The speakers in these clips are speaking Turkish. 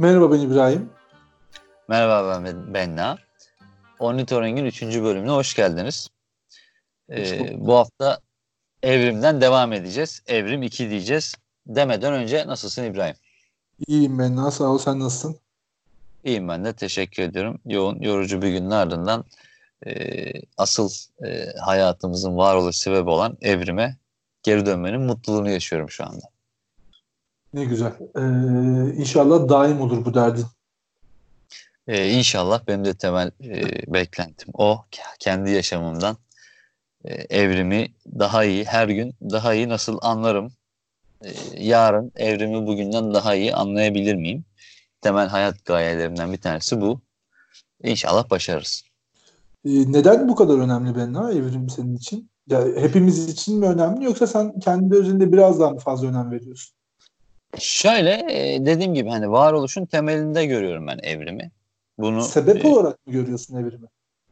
Merhaba ben İbrahim. Merhaba ben Benna. Ornitoring'in 3. bölümüne hoş geldiniz. Bu hafta Evrim'den devam edeceğiz. Evrim 2 diyeceğiz. Demeden önce nasılsın İbrahim? İyiyim ben. Sağ ol. Sen nasılsın? İyiyim ben de. Teşekkür ediyorum. Yoğun, yorucu bir günün ardından asıl hayatımızın varoluş sebebi olan evrime geri dönmenin mutluluğunu yaşıyorum şu anda. Ne güzel. İnşallah daim olur bu derdin. İnşallah benim de temel beklentim o. Kendi yaşamımdan evrimi daha iyi, her gün daha iyi nasıl anlarım? Yarın evrimi bugünden daha iyi anlayabilir miyim? Temel hayat gayelerimden bir tanesi bu. İnşallah başarırız. Neden bu kadar önemli Benna evrim senin için? Ya, hepimiz için mi önemli yoksa sen kendi özünde biraz daha mı fazla önem veriyorsun? Şöyle dediğim gibi hani varoluşun temelinde görüyorum ben evrimi. Bunu Sebep olarak mı görüyorsun evrimi?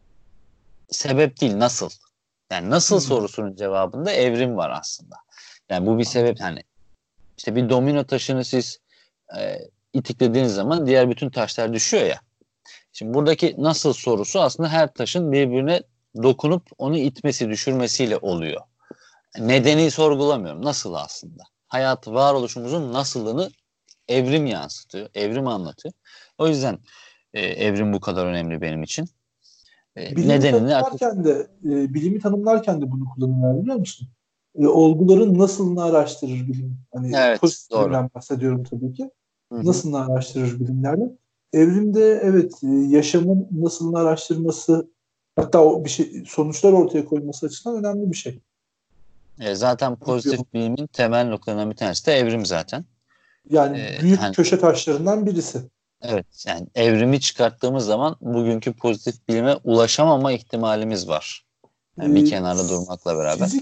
sebep değil nasıl? Yani nasıl Hmm. sorusunun cevabında evrim var aslında. Yani bu bir sebep hani işte bir domino taşını siz itiklediğiniz zaman diğer bütün taşlar düşüyor ya. Şimdi buradaki nasıl sorusu aslında her taşın birbirine dokunup onu itmesi, düşürmesiyle oluyor. Nedeni sorgulamıyorum. Nasıl aslında? Hayatı, varoluşumuzun nasılını evrim yansıtıyor, evrim anlatıyor. O yüzden evrim bu kadar önemli benim için. Nedenini artık... Bilimi tanımlarken de bunu kullanırlar biliyor musun? Olguların nasılını araştırır bilim. Hani Evet, pozitif doğru. bilimden bahsediyorum tabii ki. Hı hı. Nasılını araştırır bilimlerle. Evrimde evet yaşamın nasılını araştırması hatta o bir şey sonuçlar ortaya koyması açısından önemli bir şey. Zaten pozitif bilimin temel noktalarından bir tanesi de evrim zaten. Yani büyük Hani, köşe taşlarından birisi. evet, yani evrimi çıkarttığımız zaman bugünkü pozitif bilime ulaşamama ihtimalimiz var. Yani bir Ee, kenarda durmakla beraber.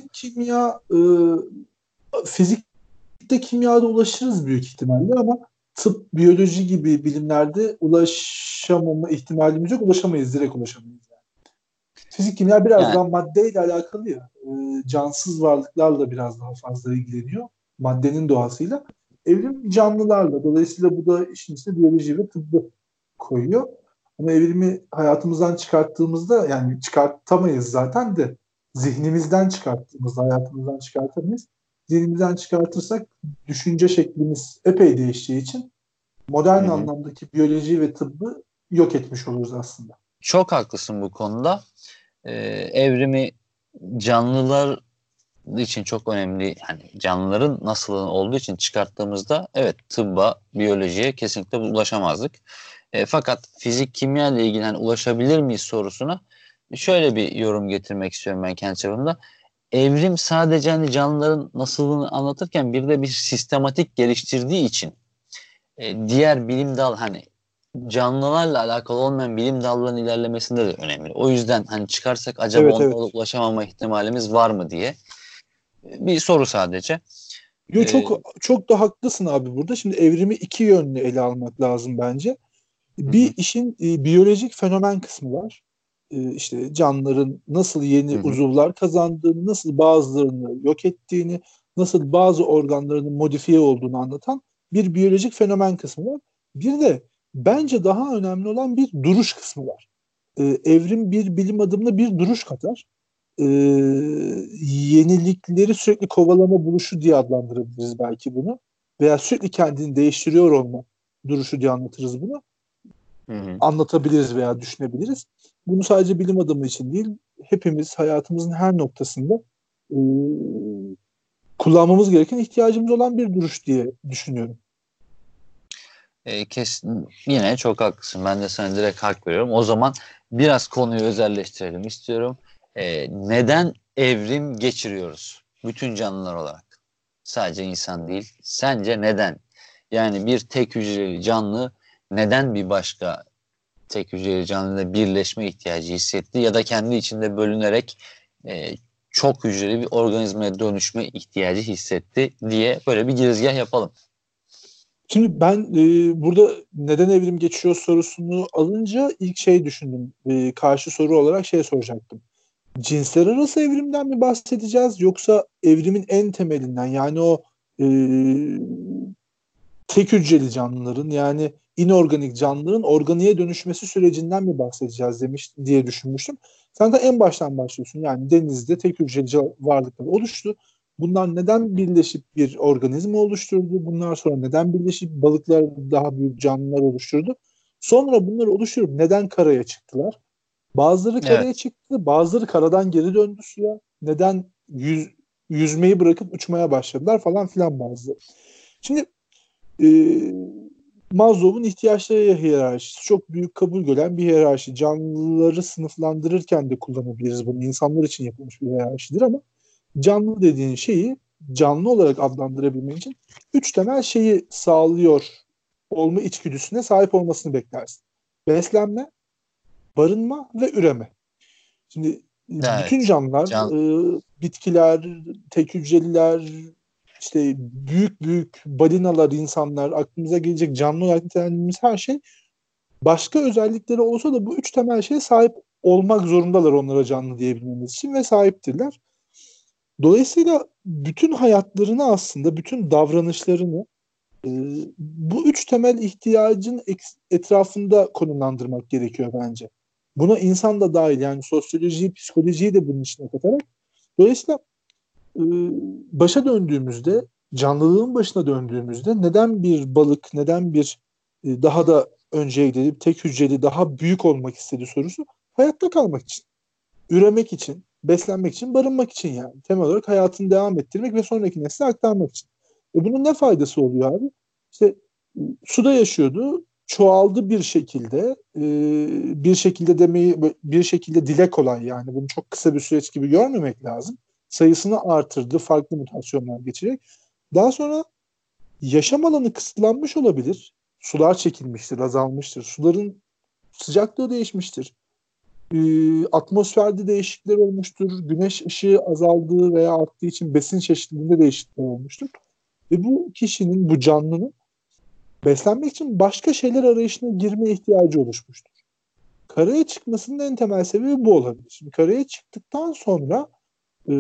Fizikte kimyada ulaşırız büyük ihtimalle ama tıp, biyoloji gibi bilimlerde ulaşamama ihtimalimiz yok. Ulaşamayız, direkt ulaşamayız. Fizik, kimya biraz Yani daha maddeyle alakalı ya. Cansız varlıklarla biraz daha fazla ilgileniyor. Maddenin doğasıyla. Evrim canlılarla. Dolayısıyla bu da işin içine biyoloji ve tıbbı koyuyor. Ama evrimi hayatımızdan çıkarttığımızda yani çıkartamayız zaten de zihnimizden çıkarttığımızda hayatımızdan çıkartamayız. Zihnimizden çıkartırsak düşünce şeklimiz epey değişeceği için modern hı hı. anlamdaki biyoloji ve tıbbı yok etmiş oluruz aslında. Çok haklısın bu konuda. Evrimi canlılar için çok önemli. Hani canlıların nasıl olduğu için çıkarttığımızda evet tıbba, biyolojiye kesinlikle ulaşamazdık. Fakat fizik, kimya ile ilgili hani ulaşabilir miyiz sorusuna şöyle bir yorum getirmek istiyorum ben kendi çapımda. Evrim sadece hani canlıların nasılını anlatırken bir de bir sistematik geliştirdiği için diğer bilim dal hani canlılarla alakalı olmayan bilim dallarının ilerlemesinde de önemli. O yüzden hani çıkarsak acaba Evet, onlara evet. ulaşamama ihtimalimiz var mı diye bir soru sadece. Yo, Ee, çok çok da haklısın abi burada. Şimdi evrimi iki yönlü ele almak lazım bence. hı Bir hı, işin biyolojik fenomen kısmı var. İşte canlıların nasıl yeni hı hı, uzuvlar kazandığını, nasıl bazılarını yok ettiğini, nasıl bazı organlarının modifiye olduğunu anlatan bir biyolojik fenomen kısmı var. Bir de bence daha önemli olan bir duruş kısmı var. Evrim bir bilim adımına bir duruş katar. Ee, Yenilikleri sürekli kovalama buluşu diye adlandırabiliriz belki bunu. Veya sürekli kendini değiştiriyor olma duruşu diye anlatırız bunu. hı hı. Anlatabiliriz veya düşünebiliriz. Bunu sadece bilim adamı için değil, hepimiz hayatımızın her noktasında e, kullanmamız gereken, ihtiyacımız olan bir duruş diye düşünüyorum. Kesin yine çok haklısın. Ben de sana direkt hak veriyorum. O zaman biraz konuyu özelleştirelim istiyorum. Neden evrim geçiriyoruz? Bütün canlılar olarak. Sadece insan değil. Sence neden? Yani bir tek hücreli canlı neden bir başka tek hücreli canlıyla birleşme ihtiyacı hissetti ya da kendi içinde bölünerek e, çok hücreli bir organizmaya dönüşme ihtiyacı hissetti diye böyle bir girizgah yapalım. Şimdi ben burada neden evrim geçiyor sorusunu alınca ilk şey düşündüm. Karşı soru olarak şey soracaktım. Cinsler arası evrimden mi bahsedeceğiz yoksa evrimin en temelinden yani o e, tek hücreli canlıların, yani inorganik canlıların organiğe dönüşmesi sürecinden mi bahsedeceğiz diye düşünmüştüm. Sen de en baştan başlıyorsun. Yani denizde tek hücreli varlıklar oluştu. Bunlar neden birleşip bir organizma oluşturdu? Bunlar sonra neden birleşip balıklar, daha büyük canlılar oluşturdu? Sonra bunları oluşturup neden karaya çıktılar? Bazıları Evet. karaya çıktı, bazıları karadan geri döndü suya. Neden yüzmeyi bırakıp uçmaya başladılar falan filan bazıları. Şimdi e, Maslow'un ihtiyaçları hiyerarşisi çok büyük kabul gören bir hiyerarşi. Canlıları sınıflandırırken de kullanabiliriz bunu. İnsanlar için yapılmış bir hiyerarşidir ama canlı dediğin şeyi canlı olarak adlandırabilmek için üç temel şeyi sağlıyor olma içgüdüsüne sahip olmasını beklersin. Beslenme, barınma ve üreme. Şimdi bütün Evet. canlılar, bitkiler, tek hücreliler, işte büyük büyük balinalar, insanlar, aklımıza gelecek canlı olarak nitelendiğimiz her şey başka özellikleri olsa da bu üç temel şeye sahip olmak zorundalar onlara canlı diyebilmemiz için ve sahiptirler. Dolayısıyla bütün hayatlarını, aslında bütün davranışlarını e, bu üç temel ihtiyacın etrafında konumlandırmak gerekiyor bence. Buna insan da dahil, yani sosyolojiyi, psikolojiyi de bunun içine katarak. Dolayısıyla e, başa döndüğümüzde, canlılığın başına döndüğümüzde neden bir balık, neden bir daha da önceye gidip tek hücreli daha büyük olmak istedi sorusu, hayatta kalmak için, üremek için, beslenmek için, barınmak için yani. Temel olarak hayatını devam ettirmek ve sonraki nesle aktarmak için. Bunun ne faydası oluyor abi? İşte suda yaşıyordu, çoğaldı bir şekilde, bir şekilde demeyi, bir şekilde dile kolay, yani bunu çok kısa bir süreç gibi görmemek lazım. Sayısını artırdı, farklı mutasyonlar geçirerek. Daha sonra yaşam alanı kısıtlanmış olabilir. Sular çekilmiştir, azalmıştır. Suların sıcaklığı değişmiştir. Atmosferde değişiklikler olmuştur. Güneş ışığı azaldığı veya arttığı için besin çeşitliliğinde değişiklikler olmuştur. Ve bu kişinin, bu canlının beslenmek için başka şeyler arayışına girme ihtiyacı oluşmuştur. Karaya çıkmasının en temel sebebi bu olabilir. Şimdi karaya çıktıktan sonra e,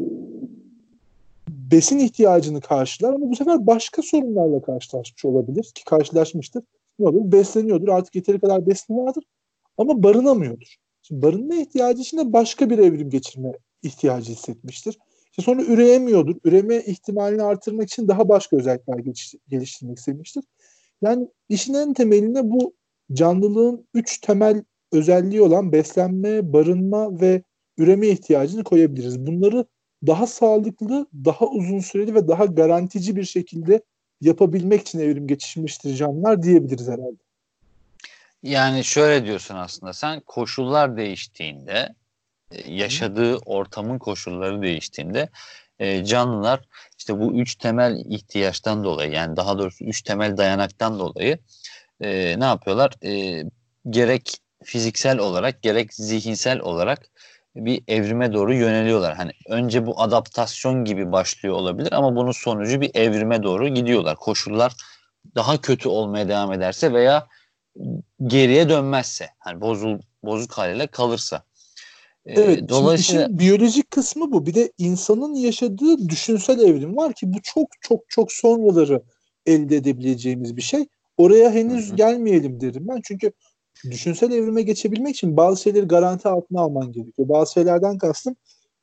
besin ihtiyacını karşılar ama bu sefer başka sorunlarla karşılaşmış olabilir ki karşılaşmıştır. Ne olur? Besleniyordur. Artık yeteri kadar besini vardır ama barınamıyordur. Şimdi barınma ihtiyacı için de başka bir evrim geçirme ihtiyacı hissetmiştir. İşte sonra üreyemiyordur. Üreme ihtimalini artırmak için daha başka özellikler geliştirmek istemiştir. Yani işin en temeline bu canlılığın üç temel özelliği olan beslenme, barınma ve üreme ihtiyacını koyabiliriz. Bunları daha sağlıklı, daha uzun süreli ve daha garantici bir şekilde yapabilmek için evrim geçirmiştir canlılar diyebiliriz herhalde. Yani şöyle diyorsun aslında, sen koşullar değiştiğinde, yaşadığı ortamın koşulları değiştiğinde canlılar işte bu üç temel ihtiyaçtan dolayı, yani daha doğrusu üç temel dayanaktan dolayı ne yapıyorlar? Gerek fiziksel olarak gerek zihinsel olarak bir evrime doğru yöneliyorlar. Hani önce bu adaptasyon gibi başlıyor olabilir ama bunun sonucu bir evrime doğru gidiyorlar. Koşullar daha kötü olmaya devam ederse veya geriye dönmezse, hani bozuk haliyle kalırsa. Evet, şimdi Dolayısıyla işin biyolojik kısmı bu. Bir de insanın yaşadığı düşünsel evrim var ki bu çok çok çok sonraları elde edebileceğimiz bir şey. Oraya hı henüz hı, gelmeyelim derim ben. Çünkü düşünsel evrime geçebilmek için bazı şeyleri garanti altına alman gerekiyor. Bazı şeylerden kastım,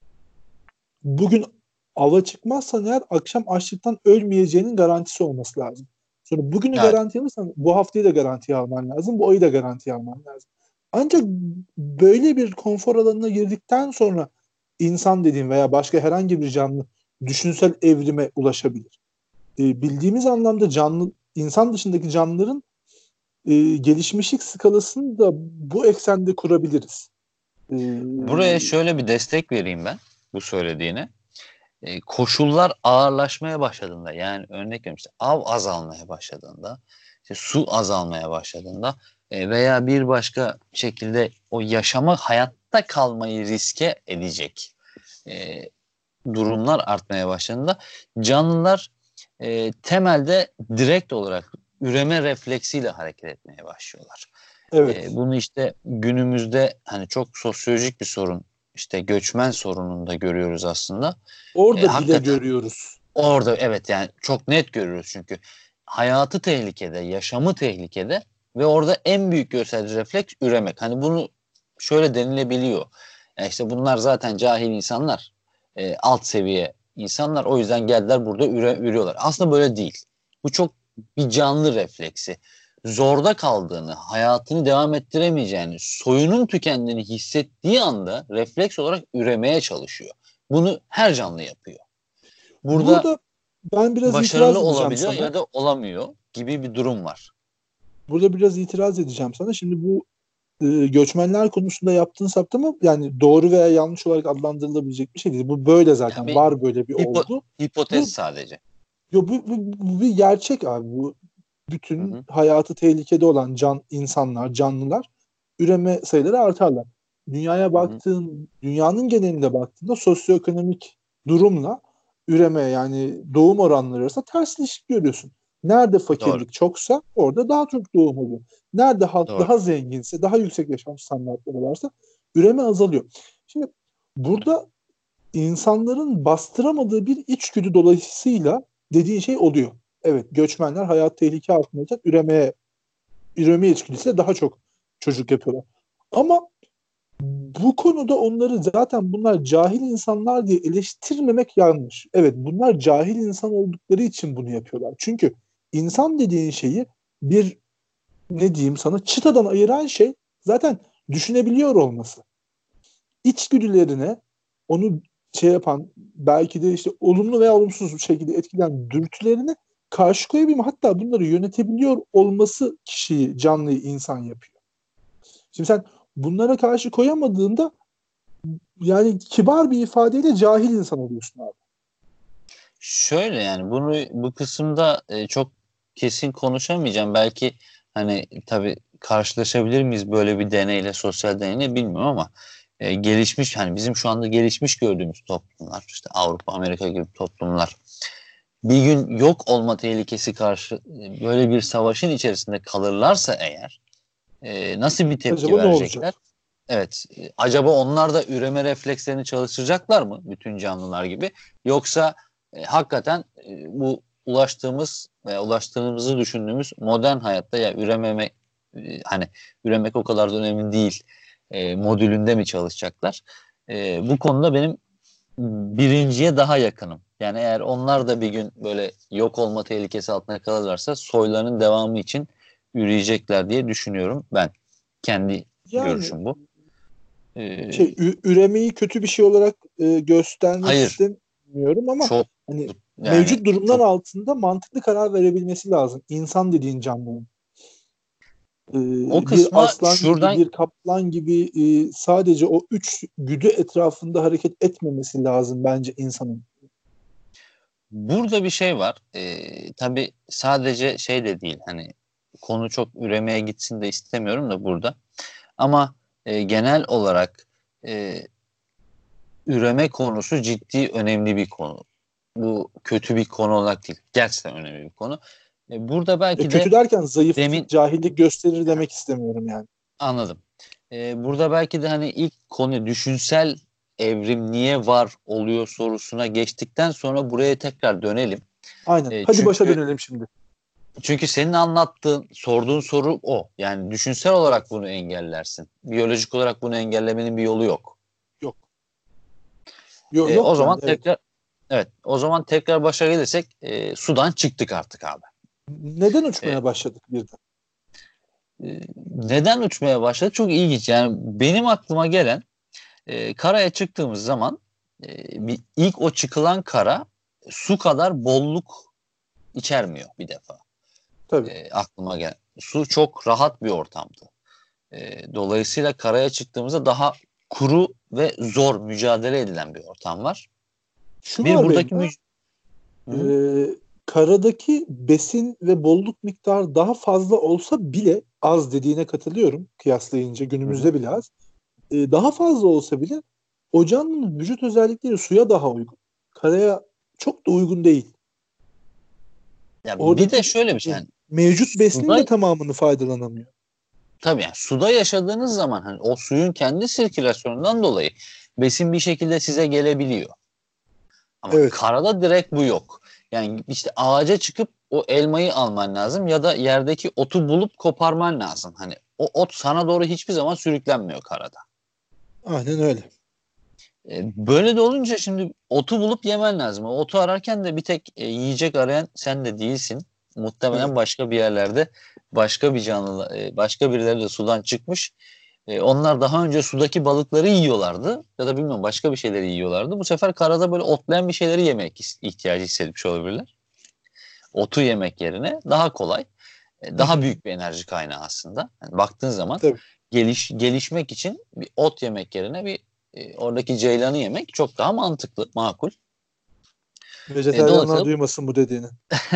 bugün ava çıkmazsan eğer akşam açlıktan ölmeyeceğinin garantisi olması lazım. Sonra bugünü evet. garanti alırsan bu haftayı da garantiye alman lazım. Bu ayı da garantiye alman lazım. Ancak böyle bir konfor alanına girdikten sonra insan dediğim veya başka herhangi bir canlı düşünsel evrime ulaşabilir. Bildiğimiz anlamda canlı, insan dışındaki canlıların gelişmişlik skalasını da bu eksende kurabiliriz. E, Buraya şöyle bir destek vereyim ben bu söylediğine. Koşullar ağırlaşmaya başladığında, yani örnek veriyorum, işte av azalmaya başladığında, işte su azalmaya başladığında veya bir başka şekilde o yaşama, hayatta kalmayı riske edecek e, durumlar artmaya başladığında canlılar temelde direkt olarak üreme refleksiyle hareket etmeye başlıyorlar. evet. Bunu işte günümüzde hani çok sosyolojik bir sorun, işte göçmen sorununda görüyoruz aslında. Orada bile Hakikaten görüyoruz. orada, evet, yani çok net görüyoruz çünkü hayatı tehlikede, yaşamı tehlikede ve orada en büyük gösterici refleks üremek. Hani bunu şöyle denilebiliyor. Yani işte bunlar zaten cahil insanlar, alt seviye insanlar. O yüzden geldiler burada ürüyorlar. Aslında böyle değil. Bu çok bir canlı refleksi. Zorda kaldığını, hayatını devam ettiremeyeceğini, soyunun tükendiğini hissettiği anda refleks olarak üremeye çalışıyor. Bunu her canlı yapıyor. Burada Burada ben biraz başarılı itiraz edeceğim olabiliyor sana. ya da olamıyor gibi bir durum var. Burada biraz itiraz edeceğim sana. Şimdi bu göçmenler konusunda yaptığın saptama yani doğru veya yanlış olarak adlandırılabilecek bir şey değil. Bu böyle Yani zaten bir var, böyle bir olgu. hipotez Bu, sadece. bu bir gerçek abi. Bu Hı bütün hı, hayatı tehlikede olan insanlar, canlılar üreme sayıları artarlar. hı hı. Dünyanın genelinde baktığında sosyoekonomik durumla üreme yani doğum oranları arasında ters ilişki görüyorsun. Nerede Doğru. fakirlik çoksa orada daha çok doğum oluyor. Nerede halk Doğru. daha zenginse, daha yüksek yaşam standartları varsa üreme azalıyor. Şimdi burada insanların bastıramadığı bir içgüdü dolayısıyla dediğin şey oluyor. Evet, göçmenler hayat tehlike altındayken üreme içgüdüsüyle daha çok çocuk yapıyorlar. Ama bu konuda onları zaten bunlar cahil insanlar diye eleştirmemek yanlış. Evet, bunlar cahil insan oldukları için bunu yapıyorlar. Çünkü insan dediğin şeyi bir ne diyeyim sana çıtadan ayıran şey zaten düşünebiliyor olması. İçgüdülerine onu şey yapan belki de işte olumlu veya olumsuz bir şekilde etkileyen dürtülerine karşı koyabilme hatta bunları yönetebiliyor olması kişiyi canlıyı insan yapıyor. Şimdi sen bunlara karşı koyamadığında yani kibar bir ifadeyle cahil insan oluyorsun abi. Şöyle yani bu kısımda çok kesin konuşamayacağım. Belki hani tabii karşılaşabilir miyiz böyle bir deneyle, sosyal deneyle bilmiyorum ama gelişmiş hani bizim şu anda gelişmiş gördüğümüz toplumlar işte Avrupa, Amerika gibi toplumlar bir gün yok olma tehlikesi karşı böyle bir savaşın içerisinde kalırlarsa eğer nasıl bir tepki Acaba ne olacak? verecekler? Evet. Acaba onlar da üreme reflekslerini çalıştıracaklar mı bütün canlılar gibi? Yoksa hakikaten bu ulaştığımız veya ulaştığımızı düşündüğümüz modern hayatta ya hani üremek o kadar da önemli değil modülünde mi çalışacaklar? Bu konuda benim birinciye daha yakınım. Yani eğer onlar da bir gün böyle yok olma tehlikesi altına kalırlarsa soylarının devamı için üreyecekler diye düşünüyorum ben. Kendi Yani görüşüm bu. Ee, üremeyi kötü bir şey olarak göstermek hayır, istemiyorum ama çok hani yani mevcut durumlar çok altında mantıklı karar verebilmesi lazım. İnsan dediğin canlının. o Bir kısma aslan gibi, şuradan bir kaplan gibi sadece o üç güdü etrafında hareket etmemesi lazım bence insanın. burada bir şey var. Tabii sadece şey de değil hani konu çok üremeye gitsin de istemiyorum da burada. Ama genel olarak e, üreme konusu ciddi önemli bir konu. Bu kötü bir konu olarak değil. Gerçekten önemli bir konu. Burada Ya belki de kötü derken zayıflık, demin cahillik gösterir demek istemiyorum yani. anladım. Burada belki de hani ilk konu düşünsel evrim niye var oluyor sorusuna geçtikten sonra buraya tekrar dönelim. Aynen. Hadi başa Çünkü dönelim şimdi. senin sorduğun soru o. Yani düşünsel olarak Evet. bunu engellersin. Biyolojik olarak bunu engellemenin bir yolu yok. Yok. O Yok yani zaman evet. o zaman tekrar başa gelirsek sudan çıktık artık abi. Neden E, uçmaya başladık birden? Neden uçmaya başladı? Çok ilginç. Yani benim aklıma gelen karaya çıktığımız zaman ilk o çıkılan kara su kadar bolluk içermiyor bir defa. Tabii. Aklıma gelen. Su çok rahat bir ortamdı. Dolayısıyla karaya çıktığımızda daha kuru ve zor mücadele edilen bir ortam var. Şu Bir var buradaki benim müc e, Hı-hı. karadaki besin ve bolluk miktarı daha fazla olsa bile az dediğine katılıyorum kıyaslayınca Hı-hı. günümüzde bile az. Daha fazla olsa bile o canlının vücut özellikleri suya daha uygun. Karaya çok da uygun değil. Ya bir de Oradaki şöyle bir şey yani mevcut besinin de suda tamamını faydalanamıyor. tabii yani suda yaşadığınız zaman hani o suyun kendi sirkülasyonundan dolayı besin bir şekilde size gelebiliyor. Ama Evet. karada direkt bu yok. Yani işte ağaca çıkıp o elmayı alman lazım ya da yerdeki otu bulup koparman lazım. Hani o ot sana doğru hiçbir zaman sürüklenmiyor karada. Aynen öyle. Böyle de olunca şimdi otu bulup yemen lazım. O otu ararken de bir tek yiyecek arayan sen de değilsin. Muhtemelen Evet. başka bir yerlerde başka bir canlı, başka birileri de sudan çıkmış. Onlar daha önce sudaki balıkları yiyorlardı ya da bilmiyorum başka bir şeyleri yiyorlardı. Bu sefer karada böyle otlayan bir şeyleri yemek ihtiyacı hissetmiş olabilirler. Otu yemek yerine daha kolay, Hı daha hı. büyük bir enerji kaynağı aslında. Yani baktığın zaman Tabii. gelişmek için bir ot yemek yerine bir oradaki ceylanı yemek çok daha mantıklı, makul. Vejetaryenler Dolayısıyla duymasın bu dediğini.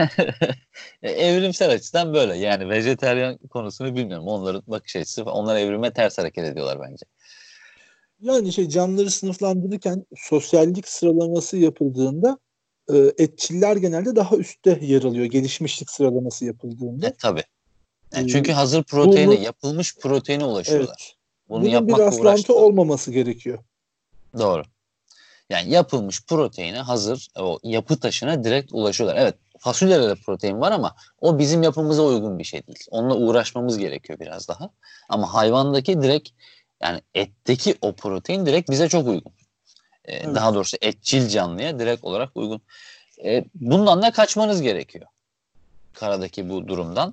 evrimsel açıdan böyle. Yani vejetaryen konusunu bilmiyorum. Onların bakış açısı, onlar evrime ters hareket ediyorlar bence. Yani canlıları sınıflandırırken sosyallik sıralaması yapıldığında etçiller genelde daha üstte yer alıyor. Gelişmişlik sıralaması yapıldığında. Tabii. E, Çünkü hazır proteine, bunu yapılmış proteine ulaşıyorlar. evet. Bunu Bunun bir yapmakla rastlantı uğraşmıyorlar. olmaması gerekiyor. Doğru. Yani yapılmış proteine, hazır o yapı taşına direkt ulaşıyorlar. Evet, fasulyede de protein var ama o bizim yapımıza uygun bir şey değil. Onunla uğraşmamız gerekiyor biraz daha. Ama hayvandaki direkt, yani etteki o protein direkt bize çok uygun. Daha Evet. doğrusu etçil canlıya direkt olarak uygun. Bundan da kaçmanız gerekiyor. Karadaki bu durumdan.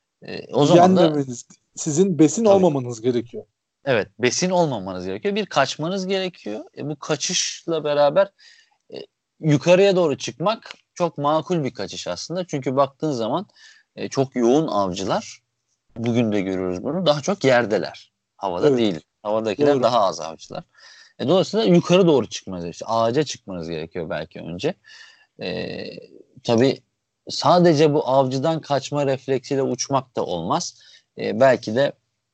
O zaman da Yenmemeniz, sizin besin tabii, olmamanız gerekiyor. evet, besin olmamanız gerekiyor. Bir kaçmanız gerekiyor. Bu kaçışla beraber e, yukarıya doğru çıkmak çok makul bir kaçış aslında. Çünkü baktığın zaman çok yoğun avcılar, bugün de görüyoruz bunu, daha çok yerdeler. Havada Evet. değil. Havadakiler Doğru. daha az avcılar. Dolayısıyla yukarı doğru çıkmanız gerekiyor. İşte ağaca çıkmanız gerekiyor belki önce. E, tabii sadece bu avcıdan kaçma refleksiyle uçmak da olmaz. Belki de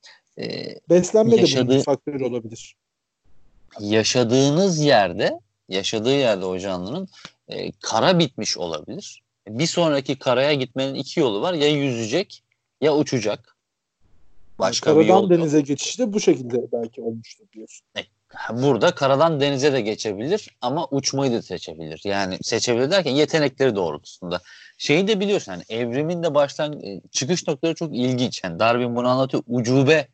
e, Beslenme de bunun bir yaşadığı faktörü olabilir. yaşadığınız yerde, yaşadığı yerde o canlının kara bitmiş olabilir. Bir sonraki karaya gitmenin iki yolu var. Ya yüzecek ya uçacak. Yani Başka bir yol karadan yok. denize geçişi de bu şekilde belki olmuştur diyorsun. E, Burada karadan denize de geçebilir ama uçmayı da seçebilir. Yani seçebilir derken yetenekleri doğrultusunda. Şeyi de biliyorsun, hani evrimin de çıkış noktaları çok ilginç. Yani Darwin bunu anlatıyor. Ucube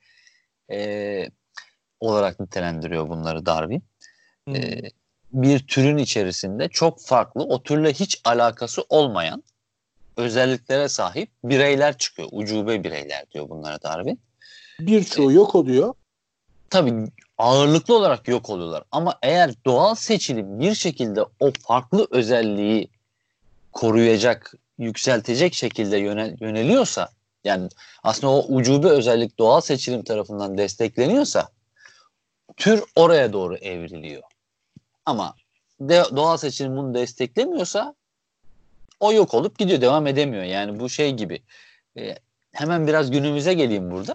e, olarak nitelendiriyor bunları Darwin. E, Hmm. Bir türün içerisinde çok farklı, o türle hiç alakası olmayan özelliklere sahip bireyler çıkıyor. Ucube bireyler diyor bunlara Darwin. E, Birçoğu yok oluyor. tabii ağırlıklı olarak yok oluyorlar. Ama eğer doğal seçilim bir şekilde o farklı özelliği koruyacak, yükseltecek şekilde yöneliyorsa, yani aslında o ucube özellik doğal seçilim tarafından destekleniyorsa tür oraya doğru evriliyor. Ama doğal seçilim bunu desteklemiyorsa o yok olup gidiyor, devam edemiyor. Yani bu şey gibi. E, Hemen biraz günümüze geleyim burada.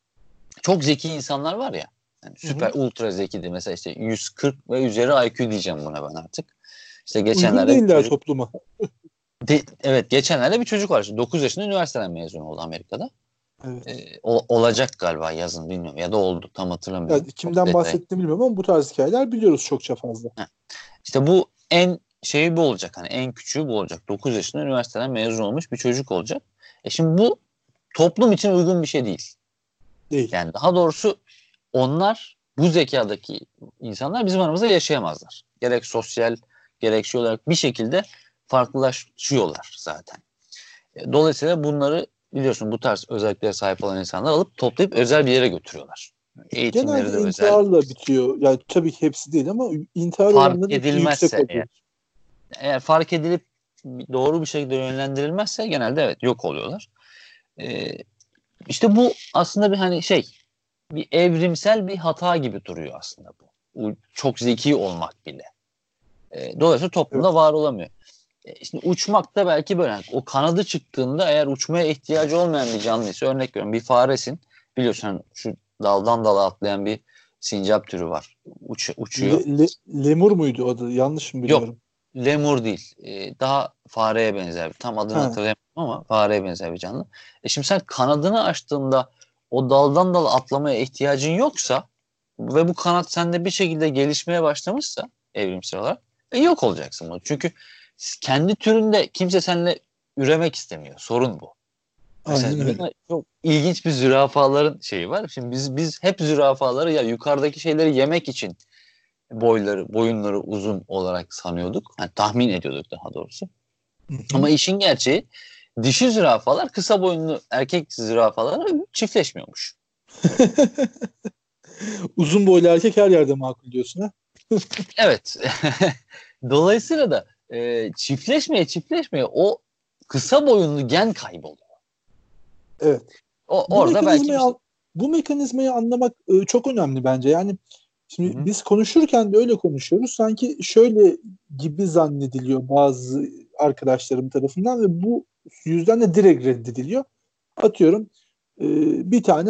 Çok zeki insanlar var ya. Yani Hı hı. süper ultra zekidir. Mesela işte 140 ve üzeri IQ diyeceğim buna ben artık. İşte Uygun geçenlerde bir değiller çocuk, topluma. evet, geçenlerde bir çocuk var. İşte 9 yaşında üniversiteden mezun oldu Amerika'da. Evet. Olacak galiba yazın, bilmiyorum, ya da oldu, tam hatırlamıyorum. Yani Çok kimden detay. bahsettiğimi bilmiyorum ama bu tarz hikayeler biliyoruz çokça fazla. Heh. İşte bu en şeyi bu olacak. Hani en küçüğü bu olacak. 9 yaşında üniversiteden mezun olmuş bir çocuk olacak. Şimdi bu toplum için uygun bir şey değil. Değil. Yani daha doğrusu onlar, bu zekadaki insanlar bizim aramızda yaşayamazlar. Gerek sosyal gerek şey olarak bir şekilde farklılaşıyorlar zaten. Dolayısıyla bunları biliyorsun, bu tarz özelliklere sahip olan insanlar alıp toplayıp özel bir yere götürüyorlar. Eğitimleri Genelde de özel. intiharla bitiyor. Yani tabii ki hepsi değil ama intihar Fark oranları epey yüksek edilmezse oluyor. eğer fark edilip doğru bir şekilde yönlendirilmezse genelde evet yok oluyorlar. Ee, işte bu aslında bir hani bir evrimsel bir hata gibi duruyor aslında bu. Çok zeki olmak bile. Dolayısıyla Evet. toplumda var olamıyor. Şimdi uçmak da belki böyle. Yani o kanadı çıktığında eğer uçmaya ihtiyacı olmayan bir canlıysa, örnek veriyorum, bir faresin. Biliyorsun hani şu daldan dala atlayan bir sincap türü var. Uçuyor. Lemur muydu adı? Yanlış mı Yok, biliyorum? lemur değil. Daha fareye benzer. Tam adını Ha. hatırlayamıyorum ama fareye benzer bir canlı. Şimdi sen kanadını açtığında o daldan dala atlamaya ihtiyacın yoksa ve bu kanat sende bir şekilde gelişmeye başlamışsa evrimsel olarak yok olacaksın bunu. Çünkü kendi türünde kimse seninle üremek istemiyor. Sorun bu. Aynen Mesela öyle. çok ilginç bir zürafaların şeyi var. Şimdi biz hep zürafaları ya yukarıdaki şeyleri yemek için boyunları uzun olarak sanıyorduk. Yani tahmin ediyorduk daha doğrusu. Hı hı. Ama işin gerçeği dişi zürafalar kısa boyunlu erkek zürafalarla çiftleşmiyormuş. Uzun boylu erkek her yerde makul diyorsun ha? Evet. Dolayısıyla da çiftleşmeye o kısa boyunlu gen kayboluyor. Evet. Bu Orada belki mekanizmayı bir şey. bu mekanizmayı anlamak çok önemli bence. Yani Hı şimdi hı. biz konuşurken de öyle konuşuyoruz. Sanki şöyle gibi zannediliyor bazı arkadaşlarım tarafından ve bu yüzden de direkt reddediliyor. Atıyorum e, bir tane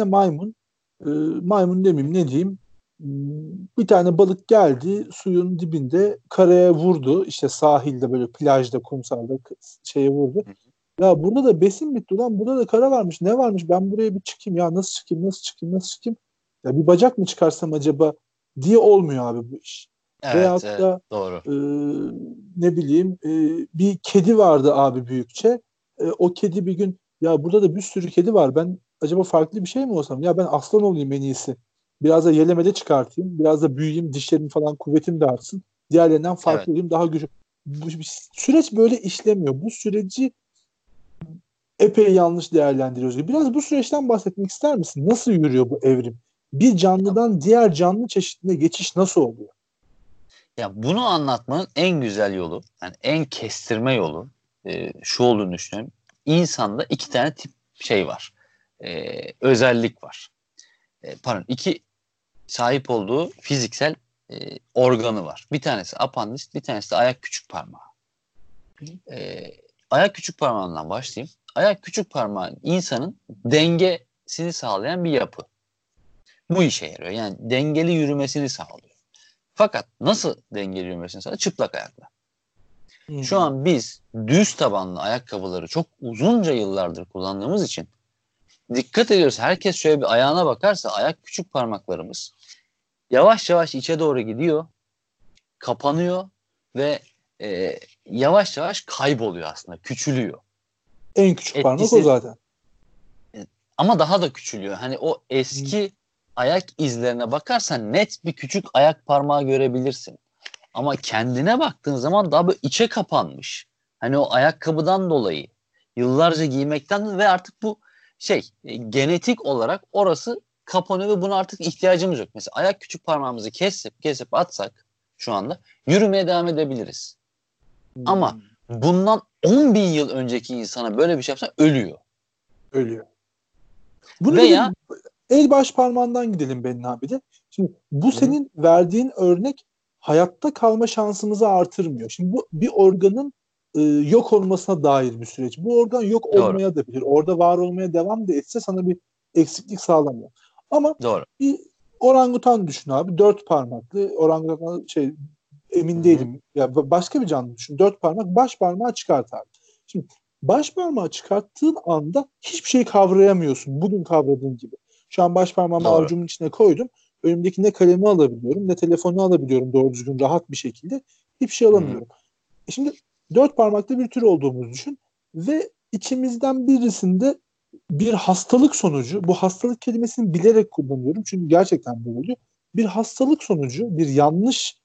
maymun demeyeyim ne diyeyim, bir tane balık geldi suyun dibinde karaya vurdu, işte sahilde böyle plajda kumsalda şeye vurdu. Ya burada da besin bitti ulan, burada da kara varmış, ne varmış, ben buraya bir çıkayım ya, nasıl çıkayım nasıl çıkayım nasıl çıkayım, ya bir bacak mı çıkarsam acaba diye olmuyor abi bu iş. Evet, Veyahut evet, da doğru. e, ne bileyim, bir kedi vardı abi büyükçe. O kedi bir gün, ya burada da bir sürü kedi var, ben acaba farklı bir şey mi olsam, ya ben aslan olayım en iyisi. Biraz da yelemede çıkartayım. Biraz da büyüyeyim. Dişlerim falan kuvvetim de artsın. Diğerlerinden Evet. farklı olayım. Daha güçlü. Bu süreç böyle işlemiyor. Bu süreci epey yanlış değerlendiriyoruz. Biraz bu süreçten bahsetmek ister misin? Nasıl yürüyor bu evrim? Bir Ya, canlıdan diğer canlı çeşidine geçiş nasıl oluyor? ya bunu anlatmanın en güzel yolu, yani en kestirme yolu şu olduğunu düşünüyorum. İnsanda iki tane tip şey var. Özellik var. Pardon, iki sahip olduğu fiziksel organı var. Bir tanesi apandis, bir tanesi de ayak küçük parmağı. E, Ayak küçük parmağından başlayayım. Ayak küçük parmağı insanın dengesini sağlayan bir yapı. Bu işe yarıyor. Yani dengeli yürümesini sağlıyor. Fakat nasıl dengeli yürümesini sağlıyor? Çıplak ayakla. Şu Hmm. an biz düz tabanlı ayakkabıları çok uzunca yıllardır kullandığımız için dikkat ediyoruz. Herkes şöyle bir ayağına bakarsa ayak küçük parmaklarımız yavaş yavaş içe doğru gidiyor, kapanıyor ve yavaş yavaş kayboluyor aslında, küçülüyor. En küçük parmak o Etkisi zaten. ama daha da küçülüyor. Hani o Hmm. eski ayak izlerine bakarsan net bir küçük ayak parmağı görebilirsin. Ama kendine baktığın zaman daha böyle içe kapanmış. Hani o ayakkabıdan dolayı yıllarca giymekten ve artık bu genetik olarak orası kapanıyor ve buna artık ihtiyacımız yok. Mesela ayak küçük parmağımızı kesip atsak şu anda yürümeye devam edebiliriz. Ama Hmm. bundan 10 bin yıl önceki insana böyle bir şey yapsan ölüyor. Ölüyor. Bunu bir de Veya el baş parmağından gidelim Bennu abi de. Şimdi bu hı hı, senin verdiğin örnek hayatta kalma şansımızı artırmıyor. Şimdi bu bir organın yok olmasına dair bir süreç. Bu organ yok doğru, olmaya da bilir. Orada var olmaya devam da etse sana bir eksiklik sağlamıyor. Ama doğru. bir orangutan düşün abi. Dört parmaklı orangutan, Hı emin hı, değilim. Ya başka bir canlı düşün. Dört parmak, baş parmağı çıkart abi. Şimdi baş parmağı çıkarttığın anda hiçbir şey kavrayamıyorsun. Bugün kavradığın gibi. Şu an baş parmağımı doğru. avucumun içine koydum. Önümdeki ne kalemi alabiliyorum ne telefonu alabiliyorum doğru düzgün rahat bir şekilde. Hiçbir şey Hı hı, alamıyorum. Şimdi dört parmaklı bir tür olduğumuzu düşün ve içimizden birisinde bir hastalık sonucu, bu hastalık kelimesini bilerek kullanıyorum çünkü gerçekten böyle oluyor. Bir hastalık sonucu, bir yanlış,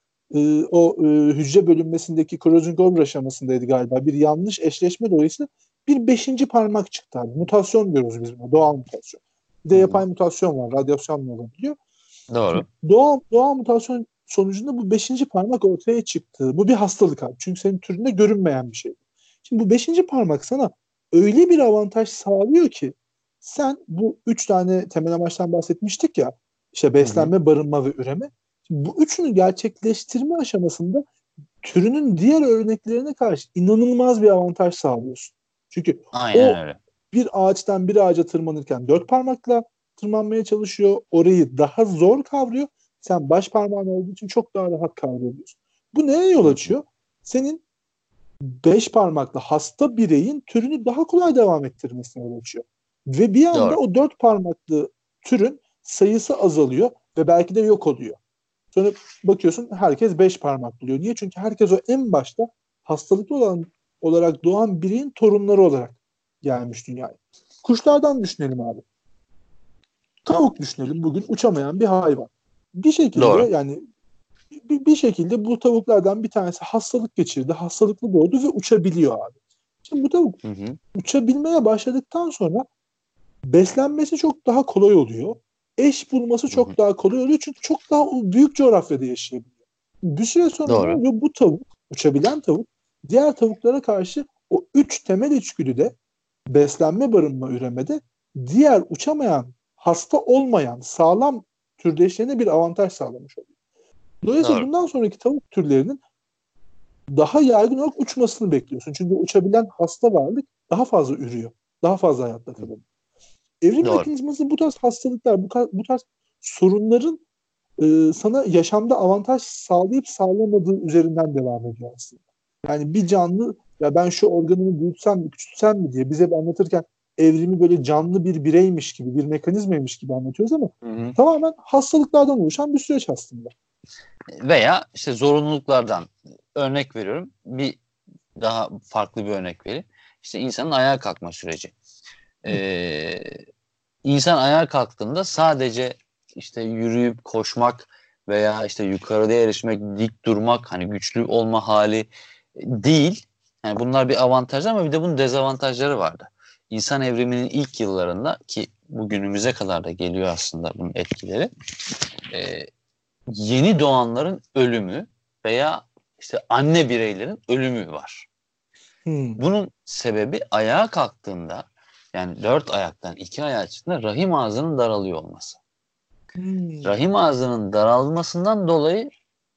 hücre bölünmesindeki Kreutzfeldt aşamasındaydı galiba. Bir yanlış eşleşme dolayısıyla bir beşinci parmak çıktı abi. Mutasyon diyoruz biz buna, doğal mutasyon. Bir de hı hı, yapay mutasyon var, radyasyonla olabiliyor. Şimdi doğru. doğal mutasyon sonucunda bu beşinci parmak ortaya çıktı. Bu bir hastalık abi. Çünkü senin türünde görünmeyen bir şey. Şimdi bu beşinci parmak sana öyle bir avantaj sağlıyor ki sen bu üç tane temel amaçtan bahsetmiştik ya, işte Hı hı, beslenme, barınma ve üreme. Şimdi bu üçünü gerçekleştirme aşamasında türünün diğer örneklerine karşı inanılmaz bir avantaj sağlıyorsun. Çünkü aynen o öyle. bir ağaçtan bir ağaca tırmanırken dört parmakla tırmanmaya çalışıyor. Orayı daha zor kavruyor. Sen baş parmağın olduğu için çok daha rahat kavrayabiliyorsun. Bu neye yol Hı hı, açıyor? Senin beş parmaklı hasta bireyin türünü daha kolay devam ettirmesine yol açıyor. Ve bir anda doğru. o dört parmaklı türün sayısı azalıyor ve belki de yok oluyor. Sonra bakıyorsun herkes beş parmak buluyor. Niye? Çünkü herkes o en başta hastalıklı olarak doğan bireyin torunları olarak gelmiş dünyaya. Kuşlardan düşünelim abi. Tavuk düşünelim, bugün uçamayan bir hayvan. Bir şekilde Doğru. yani bir şekilde bu tavuklardan bir tanesi hastalık geçirdi, hastalıklı doğdu ve uçabiliyor abi. Şimdi bu tavuk Hı hı. uçabilmeye başladıktan sonra beslenmesi çok daha kolay oluyor. Eş bulması Hı hı. çok daha kolay oluyor çünkü çok daha büyük coğrafyada yaşayabiliyor. Bir süre sonra ne Doğru. oluyor? Bu tavuk, uçabilen tavuk diğer tavuklara karşı o 3 temel içgüdüde, beslenme, barınma, üremede, diğer uçamayan, hasta olmayan, sağlam türdeşlerine bir avantaj sağlamış oluyor. Dolayısıyla Doğru. bundan sonraki tavuk türlerinin daha yaygın olarak uçmasını bekliyorsun. Çünkü uçabilen hasta varlık daha fazla ürüyor. Daha fazla hayatta kalıyor. Evrim Doğru. mekanizması bu tarz hastalıklar, bu tarz sorunların sana yaşamda avantaj sağlayıp sağlamadığı üzerinden devam ediyor aslında. Yani bir canlı, ya ben şu organımı büyütsem mi, küçültsem mi diye bize anlatırken evrimi böyle canlı bir bireymiş gibi, bir mekanizmaymış gibi anlatıyoruz ama Hı hı. tamamen hastalıklardan oluşan bir süreç aslında. Veya işte zorunluluklardan örnek veriyorum. Bir daha farklı bir örnek vereyim. İşte insanın ayağa kalkma süreci. Ee, insan ayağa kalktığında sadece işte yürüyüp koşmak veya işte yukarıda erişmek, dik durmak, hani güçlü olma hali değil. Yani bunlar bir avantaj ama bir de bunun dezavantajları vardı. İnsan evriminin ilk yıllarında, ki bugünümüze kadar da geliyor aslında bunun etkileri. e, yeni doğanların ölümü veya işte anne bireylerin ölümü var. Hmm. Bunun sebebi ayağa kalktığında, yani 4 ayaktan 2 ayağa çıktığında rahim ağzının daralıyor olması. Hmm. Rahim ağzının daralmasından dolayı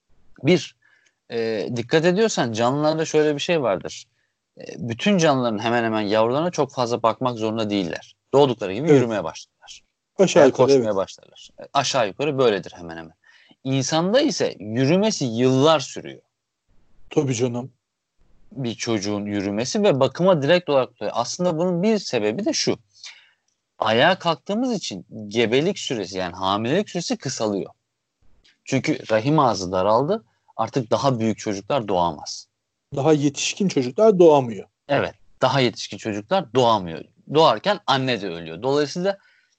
dikkat ediyorsan canlılarda şöyle bir şey vardır. Bütün canlıların hemen hemen yavrularına çok fazla bakmak zorunda değiller. Doğdukları gibi Evet. yürümeye başlarlar Aşağı veya yukarı koşmaya evet. başlarlar. Aşağı yukarı böyledir hemen hemen. İnsanda ise yürümesi yıllar sürüyor. Tabii canım. Bir çocuğun yürümesi ve bakıma direkt olarak oluyor. Aslında bunun bir sebebi de şu. Ayağa kalktığımız için gebelik süresi, yani hamilelik süresi kısalıyor. Çünkü rahim ağzı daraldı. Artık daha büyük çocuklar doğamaz. Daha yetişkin çocuklar doğamıyor. Evet, daha yetişkin çocuklar doğamıyor. Doğarken anne de ölüyor. Dolayısıyla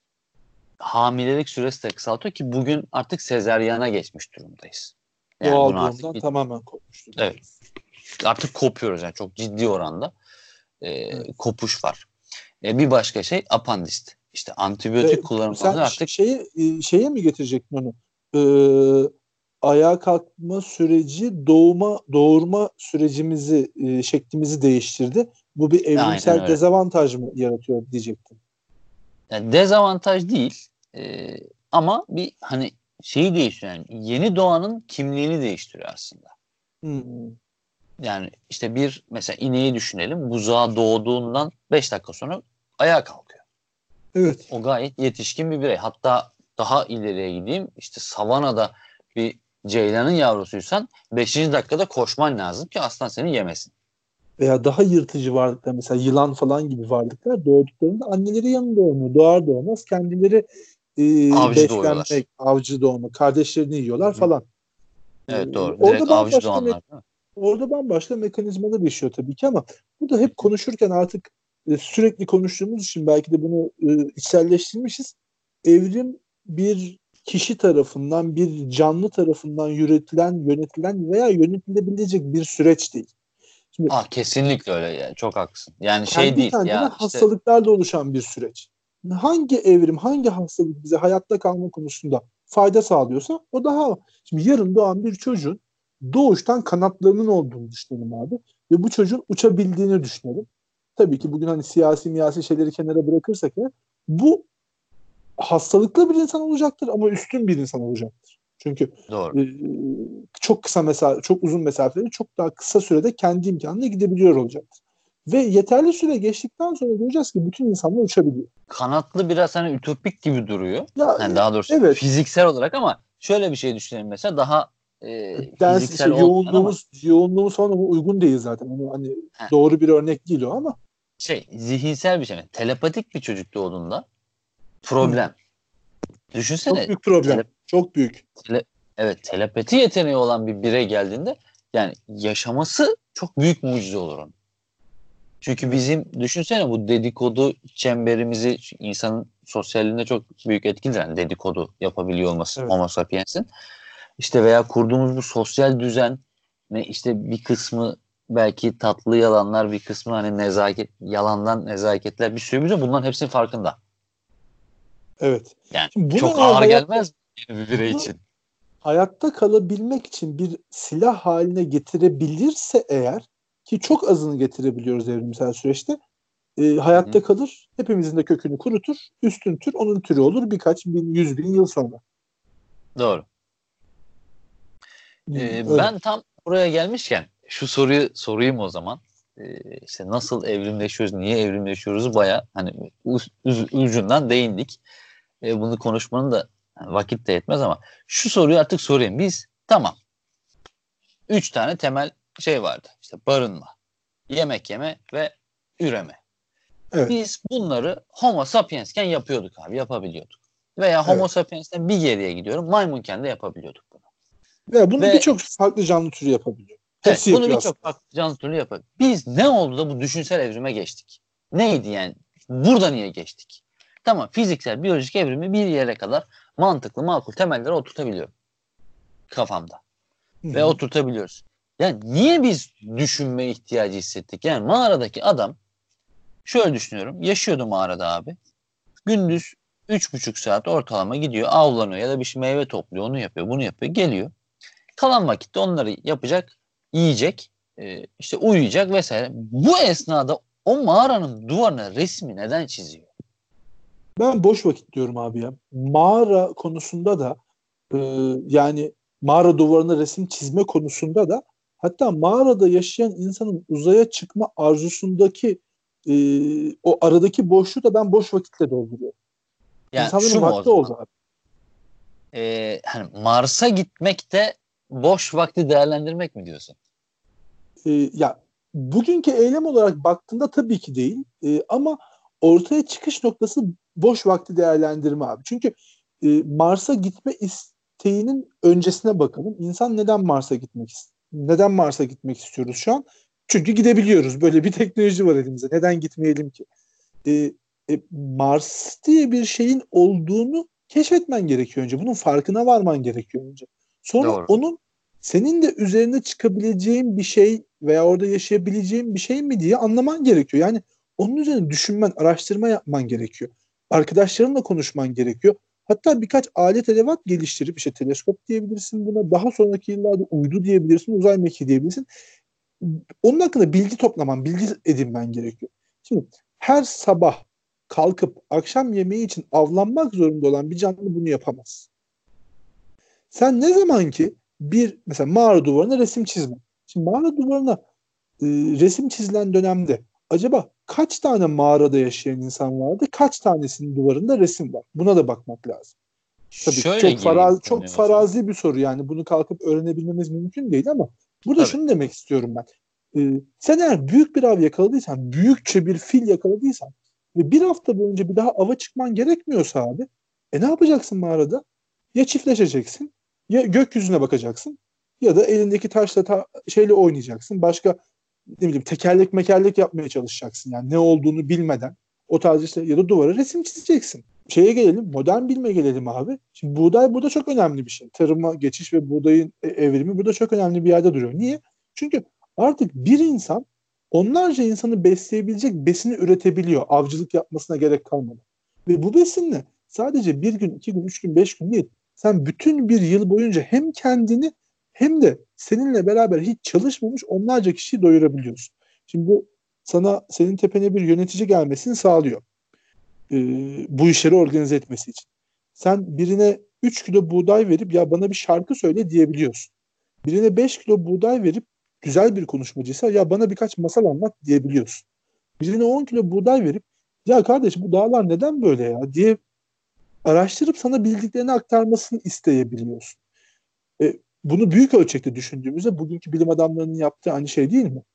hamilelik süresi de kısaltıyor ki bugün artık sezaryana geçmiş durumdayız. Yani Doğal bunu artık doğumdan tamamen kopmuş evet, durumdayız. artık kopuyoruz, yani çok ciddi oranda Evet. kopuş var. Bir başka şey apandist. İşte Ve antibiyotik kullanımı sen falan artık şeye mi getirecektin onu? Ee, Ayağa kalkma süreci doğurma sürecimizi, şeklimizi değiştirdi. Bu bir aynen evrimsel öyle. dezavantaj mı yaratıyor diyecektim. Yani dezavantaj değil e, ama bir hani şeyi değiştiriyor. Yani yeni doğanın kimliğini değiştiriyor aslında. Hmm. Yani işte bir mesela ineği düşünelim. Buzağı doğduğundan 5 dakika sonra ayağa kalkıyor. Evet. O gayet yetişkin bir birey. Hatta daha ileriye gideyim. İşte savanada bir ceylanın yavrusuysan 5. dakikada koşman lazım ki aslan seni yemesin. Veya daha yırtıcı varlıklar, mesela yılan falan gibi varlıklar doğduklarında anneleri yanında olmuyor. Doğar doğmaz kendileri Avcı doğuyorlar. beslenmek, avcı doğma, kardeşlerini Hı yiyorlar hı. falan. E, Evet, doğru. Direkt orada avcı bambaşka doğanlar, değil mi? orada bambaşka mekanizmalar yaşıyor tabii ki ama bu da hep konuşurken artık sürekli konuştuğumuz için belki de bunu içselleştirmişiz. Evrim bir kişi tarafından, bir canlı tarafından yönetilen veya yönetilebilecek bir süreç değil. Şimdi Kesinlikle öyle yani. Çok haklısın. Yani şey kendi değil kendine ya işte hastalıklarla oluşan bir süreç. Hangi evrim, hangi hastalık bize hayatta kalma konusunda fayda sağlıyorsa o daha. Şimdi yarın doğan bir çocuğun doğuştan kanatlarının olduğunu düşünelim abi. Ve bu çocuğun uçabildiğini düşünelim. Tabii ki bugün hani siyasi şeyleri kenara bırakırsak ya, bu hastalıklı bir insan olacaktır ama üstün bir insan olacaktır. Çünkü doğru. e, çok kısa mesafe, çok uzun mesafeleri çok daha kısa sürede kendi imkanıyla gidebiliyor olacaktır. Ve yeterli süre geçtikten sonra göreceğiz ki bütün insanlar uçabiliyor. Kanatlı biraz hani ütopik gibi duruyor. Ya Yani daha doğrusu evet, fiziksel olarak ama şöyle bir şey düşünelim mesela daha dens fiziksel şey olmayan ama yoğunluğumuz falan ona uygun değil zaten. Onu hani heh, doğru bir örnek değil o ama zihinsel bir şey. Yani telepatik bir çocuk doğduğunda hı, problem. çok Düşünsene büyük problem. tele, Çok büyük. tele, evet, telepati yeteneği olan bir birey geldiğinde yani yaşaması çok büyük mucize olur onun. Çünkü bizim düşünsene bu dedikodu çemberimizi insanın sosyalliğinde çok büyük etkiler. Yani dedikodu yapabiliyor olması Evet. Homo sapiens'in. İşte veya kurduğumuz bu sosyal düzen ne işte bir kısmı belki tatlı yalanlar, bir kısmı hani nezaket, yalandan nezaketler, bir sürü bunların hepsinin farkında. Evet. Yani Şimdi bunu çok eğer ağır hayatta gelmez mi bir birey bunu için? hayatta kalabilmek için bir silah haline getirebilirse eğer, ki çok azını getirebiliyoruz evrimsel süreçte, Hı hı. hayatta kalır, hepimizin de kökünü kurutur, üstün tür onun türü olur birkaç bin, 100.000 yıl sonra. Doğru. Öyle. Ben tam buraya gelmişken şu soruyu sorayım o zaman. İşte nasıl evrimleşiyoruz, niye evrimleşiyoruz baya hani ucundan değindik. Bunu konuşmanın da hani vakit de yetmez ama şu soruyu artık sorayım. Biz tamam 3 tane temel şey vardı. İşte barınma, yemek yeme ve üreme. Evet. Biz bunları Homo sapiensken yapıyorduk abi, yapabiliyorduk. Veya Homo Evet. sapiens'ten bir geriye gidiyorum, maymunken de yapabiliyorduk bunu. Ve bunu Ve birçok farklı canlı türü yapabiliyor. evet, Hepsi bunu yapıyor birçok aslında. farklı canlı türlü yapar. Biz ne oldu da bu düşünsel evrime geçtik? Neydi yani? Burada niye geçtik? Tamam, fiziksel, biyolojik evrimi bir yere kadar mantıklı, makul temellere oturtabiliyorum kafamda. Hı Ve hı. oturtabiliyoruz. Yani niye biz düşünme ihtiyacı hissettik? Yani mağaradaki adam, şöyle düşünüyorum. Yaşıyordu mağarada abi. Gündüz 3,5 saat ortalama gidiyor, avlanıyor ya da bir şey meyve topluyor, onu yapıyor, bunu yapıyor, geliyor. Kalan vakitte onları yapacak, yiyecek, işte uyuyacak vesaire. Bu esnada o mağaranın duvarına resmi neden çiziyor? Ben boş vakit diyorum abi ya. Mağara konusunda da e, yani mağara duvarına resim çizme konusunda da, hatta mağarada yaşayan insanın uzaya çıkma arzusundaki o aradaki boşluğu da ben boş vakitle dolduruyorum. Yani İnsanların şu mu o vakti zaman? oldu abi. Hani Mars'a gitmek de boş vakti değerlendirmek mi diyorsun? Ya bugünkü eylem olarak baktığında tabii ki değil. Ama ortaya çıkış noktası boş vakti değerlendirme abi. Çünkü Mars'a gitme isteğinin öncesine bakalım. İnsan neden Mars'a gitmek istiyoruz şu an? Çünkü gidebiliyoruz. Böyle bir teknoloji var elimizde. Neden gitmeyelim ki? E, Mars diye bir şeyin olduğunu keşfetmen gerekiyor önce. Bunun farkına varman gerekiyor önce. Sonra Doğru. onun senin de üzerine çıkabileceğin bir şey veya orada yaşayabileceğin bir şey mi diye anlaman gerekiyor. Yani onun üzerine düşünmen, araştırma yapman gerekiyor. Arkadaşlarınla konuşman gerekiyor. Hatta birkaç alet edevat geliştirip, işte teleskop diyebilirsin buna, daha sonraki yıllarda uydu diyebilirsin, uzay mekiği diyebilirsin. Onun hakkında bilgi toplaman, bilgi edinmen gerekiyor. Şimdi her sabah kalkıp akşam yemeği için avlanmak zorunda olan bir canlı bunu yapamaz. Sen ne zaman ki bir mesela mağara duvarına resim çizme. Şimdi mağara duvarına resim çizilen dönemde acaba kaç tane mağarada yaşayan insan vardı? Kaç tanesinin duvarında resim var? Buna da bakmak lazım. Tabii ki Şöyle gireyim çok konuya o zaman. farazi bir soru, yani bunu kalkıp öğrenebilmemiz mümkün değil, ama burada Tabii. şunu demek istiyorum ben. Sen eğer büyük bir av yakaladıysan, büyükçe bir fil yakaladıysan ve bir hafta boyunca bir daha ava çıkman gerekmiyorsa abi, ne yapacaksın mağarada? Ya çiftleşeceksin, ya gökyüzüne bakacaksın, ya da elindeki taşla şeyle oynayacaksın. Başka ne bileyim tekerlek mekerlek yapmaya çalışacaksın, yani ne olduğunu bilmeden o tarz işte, ya da duvara resim çizeceksin. Şeye gelelim, modern bilime gelelim abi. Şimdi buğday burada çok önemli bir şey. Tarıma geçiş ve buğdayın evrimi burada çok önemli bir yerde duruyor. Niye? Çünkü artık bir insan onlarca insanı besleyebilecek besini üretebiliyor. Avcılık yapmasına gerek kalmadı. Ve bu besinle sadece bir gün, iki gün, üç gün, beş gün değil. Sen bütün bir yıl boyunca hem kendini hem de seninle beraber hiç çalışmamış onlarca kişiyi doyurabiliyorsun. Şimdi bu sana, senin tepene bir yönetici gelmesini sağlıyor. Bu işleri organize etmesi için. Sen birine 3 kilo buğday verip ya bana bir şarkı söyle diyebiliyorsun. Birine 5 kilo buğday verip güzel bir konuşmacıysa ya bana birkaç masal anlat diyebiliyorsun. Birine 10 kilo buğday verip ya kardeş bu dağlar neden böyle ya diye araştırıp sana bildiklerini aktarmasını isteyebiliyorsun. Bunu büyük ölçekte düşündüğümüzde bugünkü bilim adamlarının yaptığı aynı şey değil mi?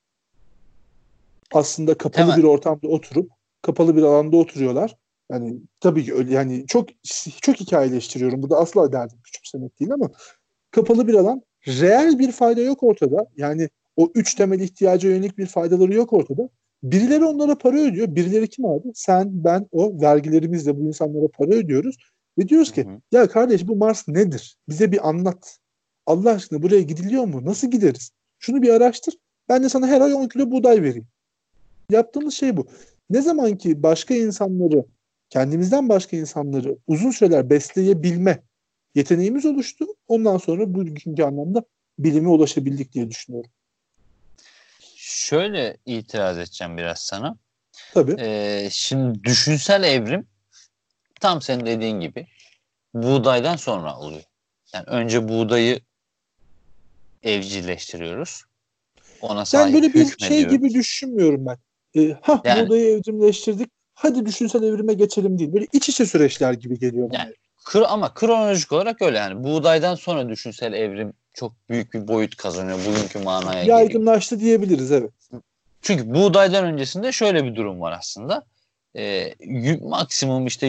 Aslında kapalı Temel. bir ortamda oturup kapalı bir alanda oturuyorlar. Yani tabii ki öyle, yani çok hikayeleştiriyorum. Burada asla derdim küçümsemek değil, ama kapalı bir alan, reel bir fayda yok ortada. Yani O 3 temel ihtiyaca yönelik bir faydaları yok ortada. Birileri onlara para ödüyor. Birileri kim abi? Sen, ben, o vergilerimizle bu insanlara para ödüyoruz. Ve diyoruz ki Hı. ya kardeş bu Mars nedir? Bize bir anlat. Allah aşkına buraya gidiliyor mu? Nasıl gideriz? Şunu bir araştır. Ben de sana her ay 10 kilo buğday vereyim. Yaptığımız şey bu. Ne zaman ki başka insanları, kendimizden başka insanları uzun süreler besleyebilme yeteneğimiz oluştu. Ondan sonra bugünkü anlamda bilime ulaşabildik diye düşünüyorum. Şöyle itiraz edeceğim biraz sana. Tabii. Şimdi düşünsel evrim tam senin dediğin gibi buğdaydan sonra oluyor. Yani önce buğdayı evcilleştiriyoruz. Ona Yani sahip böyle bir şey gibi hükmediyoruz. düşünmüyorum ben. Yani Buğdayı evrimleştirdik. Hadi düşünsel evrime geçelim değil. Böyle iç içe süreçler gibi geliyor bana. yani ama kronolojik olarak öyle yani. Buğdaydan sonra düşünsel evrim çok büyük bir boyut kazanıyor. Bugünkü manaya geliyor. Yaygınlaştı diyebiliriz, evet. Çünkü buğdaydan öncesinde şöyle bir durum var aslında. Maksimum işte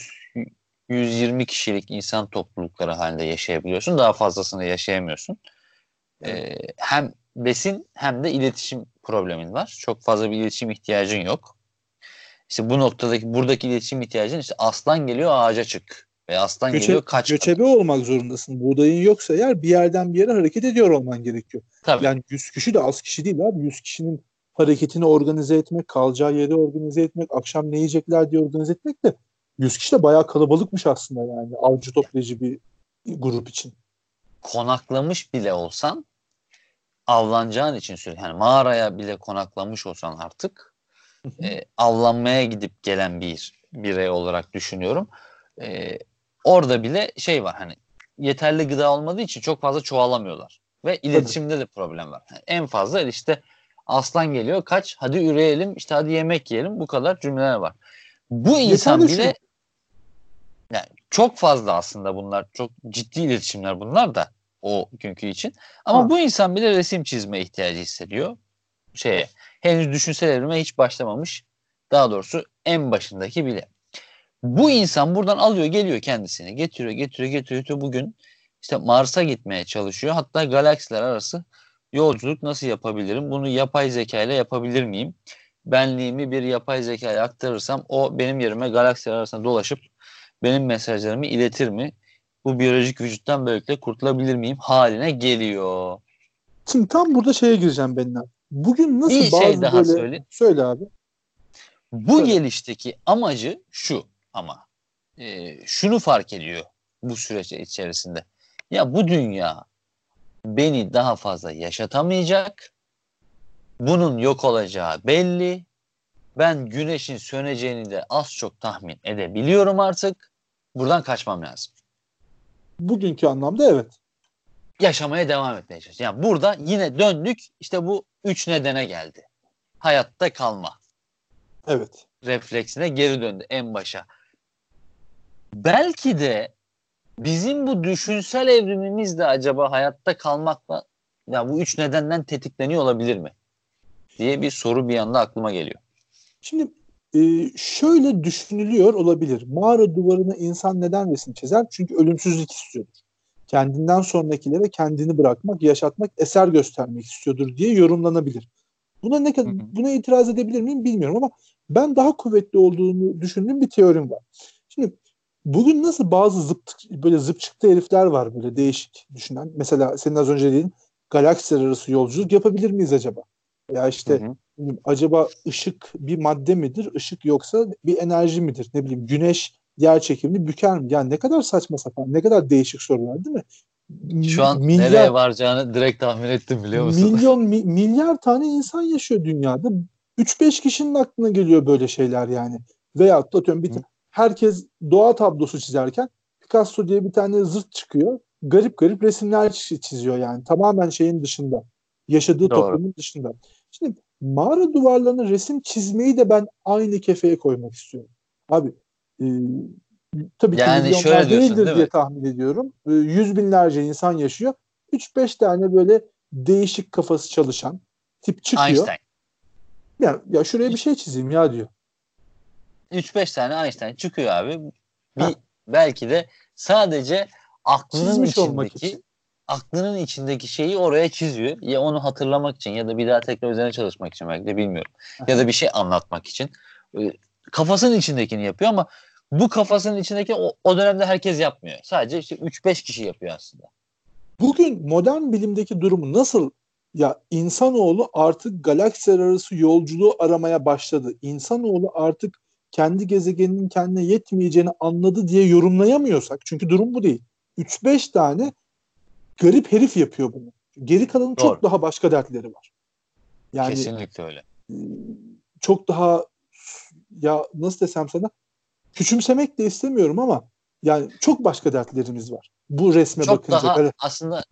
120 kişilik insan toplulukları halinde yaşayabiliyorsun. Daha fazlasını yaşayamıyorsun. Evet. Hem besin hem de iletişim problemin var. Çok fazla bir iletişim ihtiyacın yok. İşte bu noktadaki buradaki iletişim ihtiyacın işte aslan geliyor ağaca çık ve aslan geliyor kaç kadar. Göçebe olmak zorundasın. Buğdayın yoksa eğer bir yerden bir yere hareket ediyor olman gerekiyor. Tabii. Yani 100 kişi de az kişi değil abi. 100 kişinin hareketini organize etmek, kalacağı yeri organize etmek, akşam ne yiyecekler diye organize etmek de 100 kişi de bayağı kalabalıkmış aslında yani. Avcı toplayıcı bir grup için. Konaklamış bile olsan avlanacağın için sürekli yani mağaraya bile konaklamış olsan artık avlanmaya gidip gelen bir birey olarak düşünüyorum. E, Orada bile şey var hani yeterli gıda olmadığı için çok fazla çoğalamıyorlar. Ve Tabii. iletişimde de problem var. Yani en fazla işte aslan geliyor kaç hadi üreyelim işte hadi yemek yiyelim bu kadar cümleler var. Bu insan Yeterli bile şu. yani çok fazla aslında bunlar çok ciddi iletişimler bunlar da o günkü için. Ama Ha, bu insan bile resim çizme ihtiyacı hissediyor. Şeye henüz düşünsel evrime hiç başlamamış. Daha doğrusu en başındaki bile. Bu insan buradan alıyor geliyor kendisini getiriyor bugün işte Mars'a gitmeye çalışıyor. Hatta galaksiler arası yolculuk nasıl yapabilirim? Bunu yapay zeka ile yapabilir miyim? Benliğimi bir yapay zekaya aktarırsam o benim yerime galaksiler arasında dolaşıp benim mesajlarımı iletir mi? Bu biyolojik vücuttan böylelikle kurtulabilir miyim? Haline geliyor. şimdi tam burada şeye gireceğim ben. Bugün Bir nasıl şey bazı daha böyle söyleyeyim. söyle abi. Bu Söyle. gelişteki amacı şu ama şunu fark ediyor bu süreç içerisinde. Ya bu dünya beni daha fazla yaşatamayacak. Bunun yok olacağı belli. Ben güneşin söneceğini de az çok tahmin edebiliyorum artık. Buradan kaçmam lazım. Bugünkü anlamda evet. Yaşamaya devam etmeye çalışıyorum. Yani burada yine döndük işte bu üç nedene geldi. Hayatta kalma Evet. refleksine geri döndü en başa. Belki de bizim bu düşünsel evrimimiz de acaba hayatta kalmakla ya bu üç nedenden tetikleniyor olabilir mi diye bir soru bir anda aklıma geliyor. Şimdi şöyle düşünülüyor olabilir. Mağara duvarına insan neden resim çizer? Çünkü ölümsüzlük istiyordur. Kendinden sonrakilere kendini bırakmak, yaşatmak, eser göstermek istiyordur diye yorumlanabilir. Buna ne Hı kadar hı. buna itiraz edebilir miyim bilmiyorum ama ben daha kuvvetli olduğunu düşündüğüm bir teorim var. Şimdi bugün nasıl bazı böyle zıp çıktı herifler var böyle değişik düşünen. Mesela senin az önce dediğin galaksiler arası yolculuk yapabilir miyiz acaba? Ya Hı işte hı. acaba ışık bir madde midir? Işık yoksa bir enerji midir? Ne bileyim güneş yer çekimini büker mi? Yani ne kadar saçma sapan, ne kadar değişik sorular değil mi? Şu an Milyar nereye varacağını direkt tahmin ettim biliyor musun? milyar tane insan yaşıyor dünyada. 3-5 kişinin aklına geliyor böyle şeyler yani. Veyahut da atıyorum Hı. herkes doğa tablosu çizerken Picasso diye bir tane zırt çıkıyor. Garip garip resimler çiziyor yani. Tamamen şeyin dışında. Yaşadığı Doğru. toplumun dışında. Şimdi mağara duvarlarına resim çizmeyi de ben aynı kefeye koymak istiyorum. Abi e, tabii ki Yani milyonlar şöyle diyorsun değildir değil diye mi? tahmin ediyorum. Yüz binlerce insan yaşıyor. 3-5 tane böyle değişik kafası çalışan tip çıkıyor. Einstein. Ya şuraya bir şey çizeyim ya diyor. 3-5 tane Einstein çıkıyor abi. Heh, Bir belki de sadece aklının çizmiş olmak içindeki için. aklının içindeki şeyi oraya çiziyor. Ya onu hatırlamak için ya da bir daha tekrar üzerine çalışmak için, belki de bilmiyorum. Ya da bir şey anlatmak için. Kafasının içindekini yapıyor ama bu kafasının içindeki o dönemde herkes yapmıyor. Sadece işte 3-5 kişi yapıyor aslında. Bugün modern bilimdeki durumu nasıl? Ya insanoğlu artık galaksiler arası yolculuğu aramaya başladı. İnsanoğlu artık kendi gezegeninin kendine yetmeyeceğini anladı diye yorumlayamıyorsak, çünkü durum bu değil. 3-5 tane garip herif yapıyor bunu. Geri kalanın Doğru. çok daha başka dertleri var. Yani Kesinlikle öyle. çok daha, ya nasıl desem sana, küçümsemek de istemiyorum ama yani çok başka dertlerimiz var. Bu resme Çok bakınca daha aslında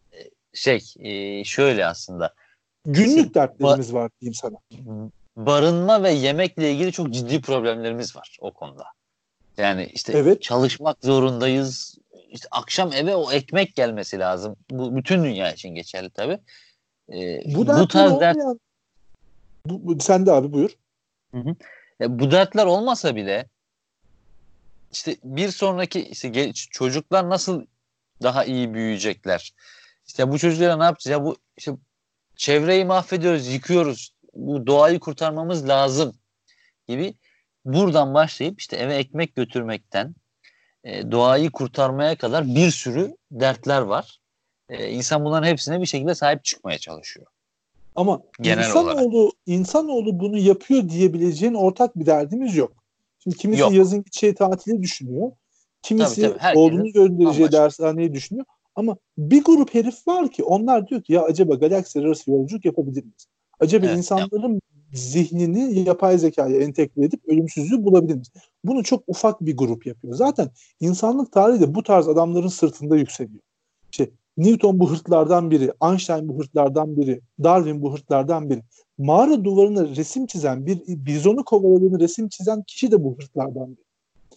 şöyle aslında işte günlük dertlerimiz var diyeyim sana. barınma ve yemekle ilgili çok ciddi problemlerimiz var o konuda. Yani işte Evet. çalışmak zorundayız. İşte akşam eve o ekmek gelmesi lazım. Bu bütün dünya için geçerli tabii. Bu Bu dertler tarz dert olmayan, sen de abi buyur. Hı hı. Bu dertler olmasa bile işte bir sonraki işte çocuklar nasıl daha iyi büyüyecekler? İşte bu çocuklara ne yapacağız? Ya bu işte çevreyi mahvediyoruz, yıkıyoruz. Bu doğayı kurtarmamız lazım gibi buradan başlayıp işte eve ekmek götürmekten doğayı kurtarmaya kadar bir sürü dertler var. İnsan bunların hepsine bir şekilde sahip çıkmaya çalışıyor. Ama Genel olarak. insanoğlu bunu yapıyor diyebileceğin ortak bir derdimiz yok. Şimdi kimisi Yok. yazın gideceği tatili düşünüyor. Tabii Kimisi tabii. Herkesin oğlunu göndereceği bambaşka. dershaneyi düşünüyor. Ama bir grup herif var ki onlar diyor ki ya acaba galaksiler arası yolculuk yapabilir miyiz? Acaba Evet. insanların zihnini yapay zekaya entegre edip ölümsüzlüğü bulabilir miyiz? Bunu çok ufak bir grup yapıyor. Zaten insanlık tarihi de bu tarz adamların sırtında yükseliyor. İşte Newton bu hırtlardan biri, Einstein bu hırtlardan biri, Darwin bu hırtlardan biri. Mağara duvarına resim çizen, bir bizonu kovaladığını resim çizen kişi de bu hırtlardan biri.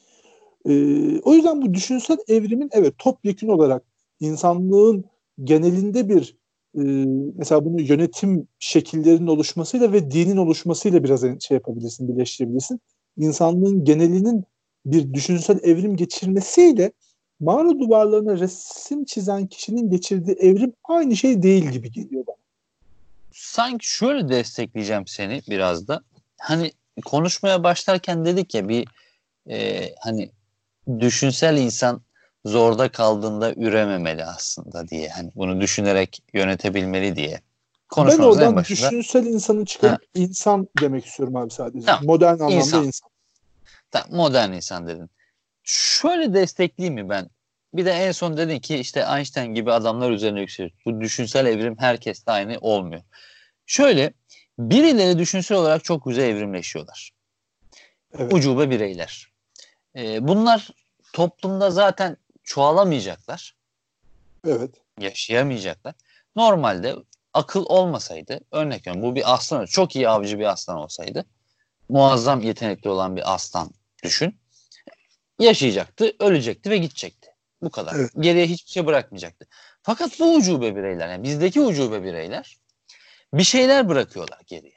O yüzden bu düşünsel evrimin evet topyekün olarak insanlığın genelinde bir mesela bunu yönetim şekillerinin oluşmasıyla ve dinin oluşmasıyla biraz şey yapabilirsin, birleştirebilirsin. İnsanlığın genelinin bir düşünsel evrim geçirmesiyle mağara duvarlarına resim çizen kişinin geçirdiği evrim aynı şey değil gibi geliyor bana. Sanki şöyle destekleyeceğim seni biraz da. Hani konuşmaya başlarken dedik ya hani düşünsel insan zorda kaldığında ürememeli aslında diye. Hani bunu düşünerek yönetebilmeli diye. Ben Konuşmamızın en oradan başında. düşünsel insanı Ha, çıkarıp insan demek istiyorum abi sadece. tamam. Modern anlamda İnsan. insan. Tamam, modern insan dedin. Şöyle destekleyeyim mi ben? Bir de en son dedin ki işte Einstein gibi adamlar üzerine yükseliyor. Bu düşünsel evrim herkeste aynı olmuyor. Şöyle birileri düşünsel olarak çok güzel evrimleşiyorlar. Evet. Ucube bireyler. Bunlar toplumda zaten çoğalamayacaklar. Evet. Yaşayamayacaklar. Normalde akıl olmasaydı, örnek veriyorum, bu bir aslan, çok iyi avcı bir aslan olsaydı, muazzam yetenekli olan bir aslan düşün. Yaşayacaktı, ölecekti ve gidecekti. Bu kadar. Evet. Geriye hiçbir şey bırakmayacaktı. Fakat bu ucube bireyler, yani bizdeki ucube bireyler bir şeyler bırakıyorlar geriye.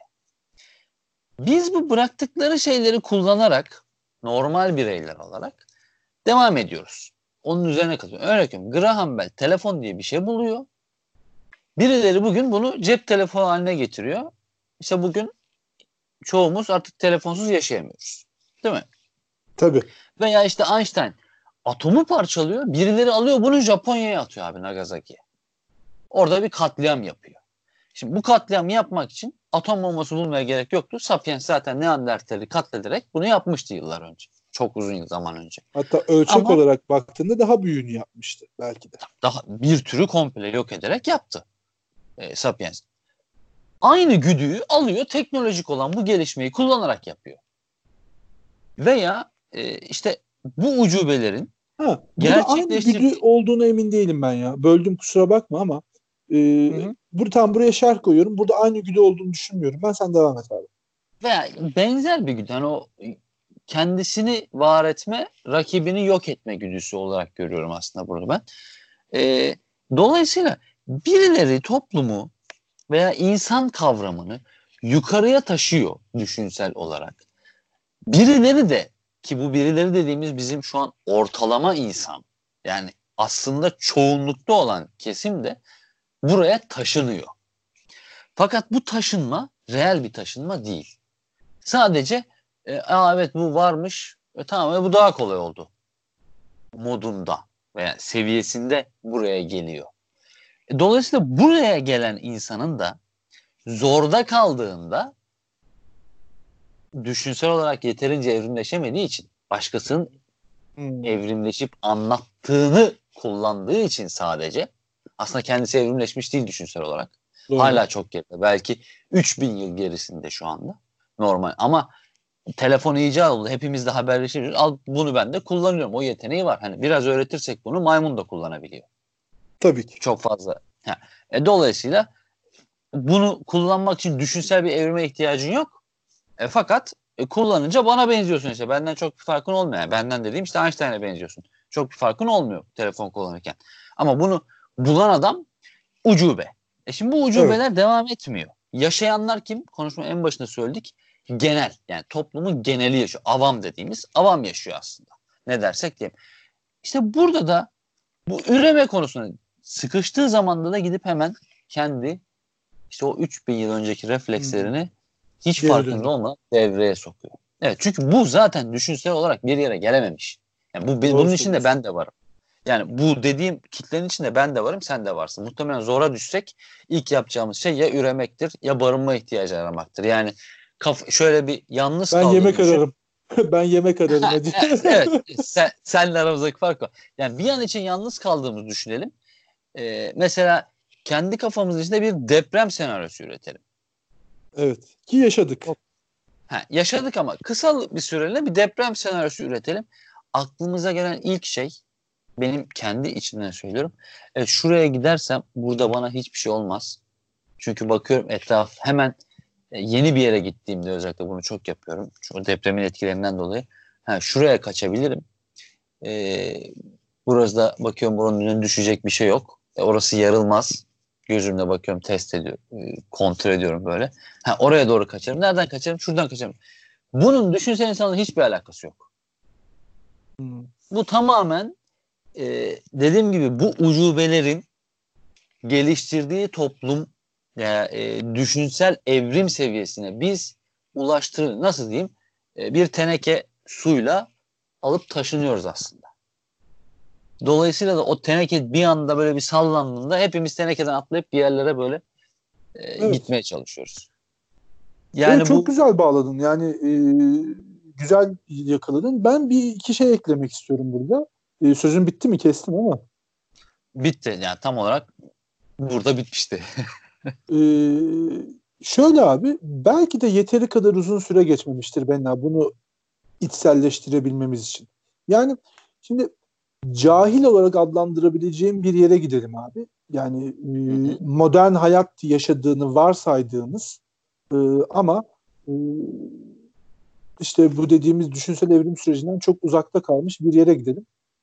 Biz bu bıraktıkları şeyleri kullanarak normal bireyler olarak devam ediyoruz. Onun üzerine katılıyor. Örnek veriyorum, Graham Bell telefon diye bir şey buluyor. Birileri bugün bunu cep telefonu haline getiriyor. İşte bugün çoğumuz artık telefonsuz yaşayamıyoruz. Değil mi? Tabii. Veya işte Einstein atomu parçalıyor. Birileri alıyor bunu Japonya'ya atıyor abi, Nagasaki'ye. Orada bir katliam yapıyor. Şimdi bu katliamı yapmak için atom bombası bulmaya gerek yoktu. Sapiens zaten Neandertal'i katlederek bunu yapmıştı yıllar önce. Çok uzun zaman önce. Hatta ölçek Ama olarak baktığında daha büyüğünü yapmıştı belki de. daha bir türü komple yok ederek yaptı Sapiens. Aynı güdüyü alıyor, teknolojik olan bu gelişmeyi kullanarak yapıyor. Veya işte bu ucubelerin Burada aynı güdü gerçekleştirdiği. olduğuna emin değilim ben ya. Böldüm kusura bakma ama Hı hı. tam buraya şerh koyuyorum. Burada aynı güdü olduğunu düşünmüyorum. Ben sen devam et abi. Veya benzer bir güdü. Hani o kendisini var etme, rakibini yok etme güdüsü olarak görüyorum aslında burada ben. Dolayısıyla birileri toplumu veya insan kavramını yukarıya taşıyor düşünsel olarak. Birileri de, ki bu birileri dediğimiz bizim şu an ortalama insan, yani aslında çoğunlukta olan kesim de buraya taşınıyor. Fakat bu taşınma reel bir taşınma değil. Sadece evet bu varmış tamam bu daha kolay oldu modunda veya seviyesinde buraya geliyor. Dolayısıyla buraya gelen insanın da zorda kaldığında düşünsel olarak yeterince evrimleşemediği için başkasının evrimleşip anlattığını kullandığı için sadece aslında kendisi evrimleşmiş değil düşünsel olarak. Doğru. Hala çok geride. Belki 3000 yıl gerisinde şu anda. Normal. Ama telefon icat oldu. Hepimiz de haberleşiyoruz. Al bunu ben de kullanıyorum. O yeteneği var. Hani biraz öğretirsek bunu maymun da kullanabiliyor. Tabii ki. Çok fazla. Dolayısıyla bunu kullanmak için düşünsel bir evrime ihtiyacın yok. Fakat kullanınca bana benziyorsun işte. Benden çok bir farkın olmuyor. Yani benden dediğim işte Einstein'a benziyorsun. Çok bir farkın olmuyor telefon kullanırken. Ama bunu bulan adam ucube. Şimdi bu ucubeler devam etmiyor. Yaşayanlar kim? Konuşmanın en başında söyledik. Genel. Yani toplumun geneli yaşıyor. Avam dediğimiz avam yaşıyor aslında. Ne dersek diyelim. İşte burada da bu üreme konusunda sıkıştığı zamanda da gidip hemen kendi işte o 3000 yıl önceki reflekslerini hiç farkında olmadan devreye sokuyor. Evet çünkü bu zaten düşünsel olarak bir yere gelememiş. Yani bunun içinde ben de varım. Yani bu dediğim kitlenin içinde ben de varım, sen de varsın. Muhtemelen zora düşsek ilk yapacağımız şey ya üremektir ya barınma ihtiyacı aramaktır. Yani şöyle bir yalnız ben yemek düşün. ararım. Ben yemek ararım hadi. Evet. Senle aramızdaki fark o. Yani bir an için yalnız kaldığımızı düşünelim. Mesela kendi kafamızın içinde bir deprem senaryosu üretelim. Evet. Ki yaşadık. Yaşadık ama kısa bir süreliğine bir deprem senaryosu üretelim. Aklımıza gelen ilk şey benim kendi içimden söylüyorum. Şuraya gidersem burada bana hiçbir şey olmaz. Çünkü bakıyorum etraf hemen yeni bir yere gittiğimde özellikle bunu çok yapıyorum. Şu depremin etkilerinden dolayı. Şuraya kaçabilirim. Burası da bakıyorum buranın önüne düşecek bir şey yok. Orası yarılmaz. Gözümle bakıyorum, test ediyorum, kontrol ediyorum böyle. Oraya doğru kaçarım. Nereden kaçarım? Şuradan kaçarım. Bunun düşünsel insanla hiçbir alakası yok. Bu tamamen dediğim gibi bu ucubelerin geliştirdiği toplum düşünsel evrim seviyesine biz nasıl diyeyim bir teneke suyla alıp taşınıyoruz aslında. Dolayısıyla da o teneke bir anda böyle bir sallandığında hepimiz tenekeden atlayıp bir yerlere böyle gitmeye çalışıyoruz. Yani çok güzel bağladın. Yani güzel yakaladın. Ben bir iki şey eklemek istiyorum burada. Sözün bitti mi? Kestim ama. Bitti. Yani tam olarak burada bitmişti. Şöyle abi, belki de yeteri kadar uzun süre geçmemiştir Benna bunu içselleştirebilmemiz için. Yani şimdi cahil olarak adlandırabileceğim bir yere gidelim abi. Yani modern hayat yaşadığını varsaydığımız ama işte bu dediğimiz düşünsel evrim sürecinden çok uzakta kalmış bir yere gidelim.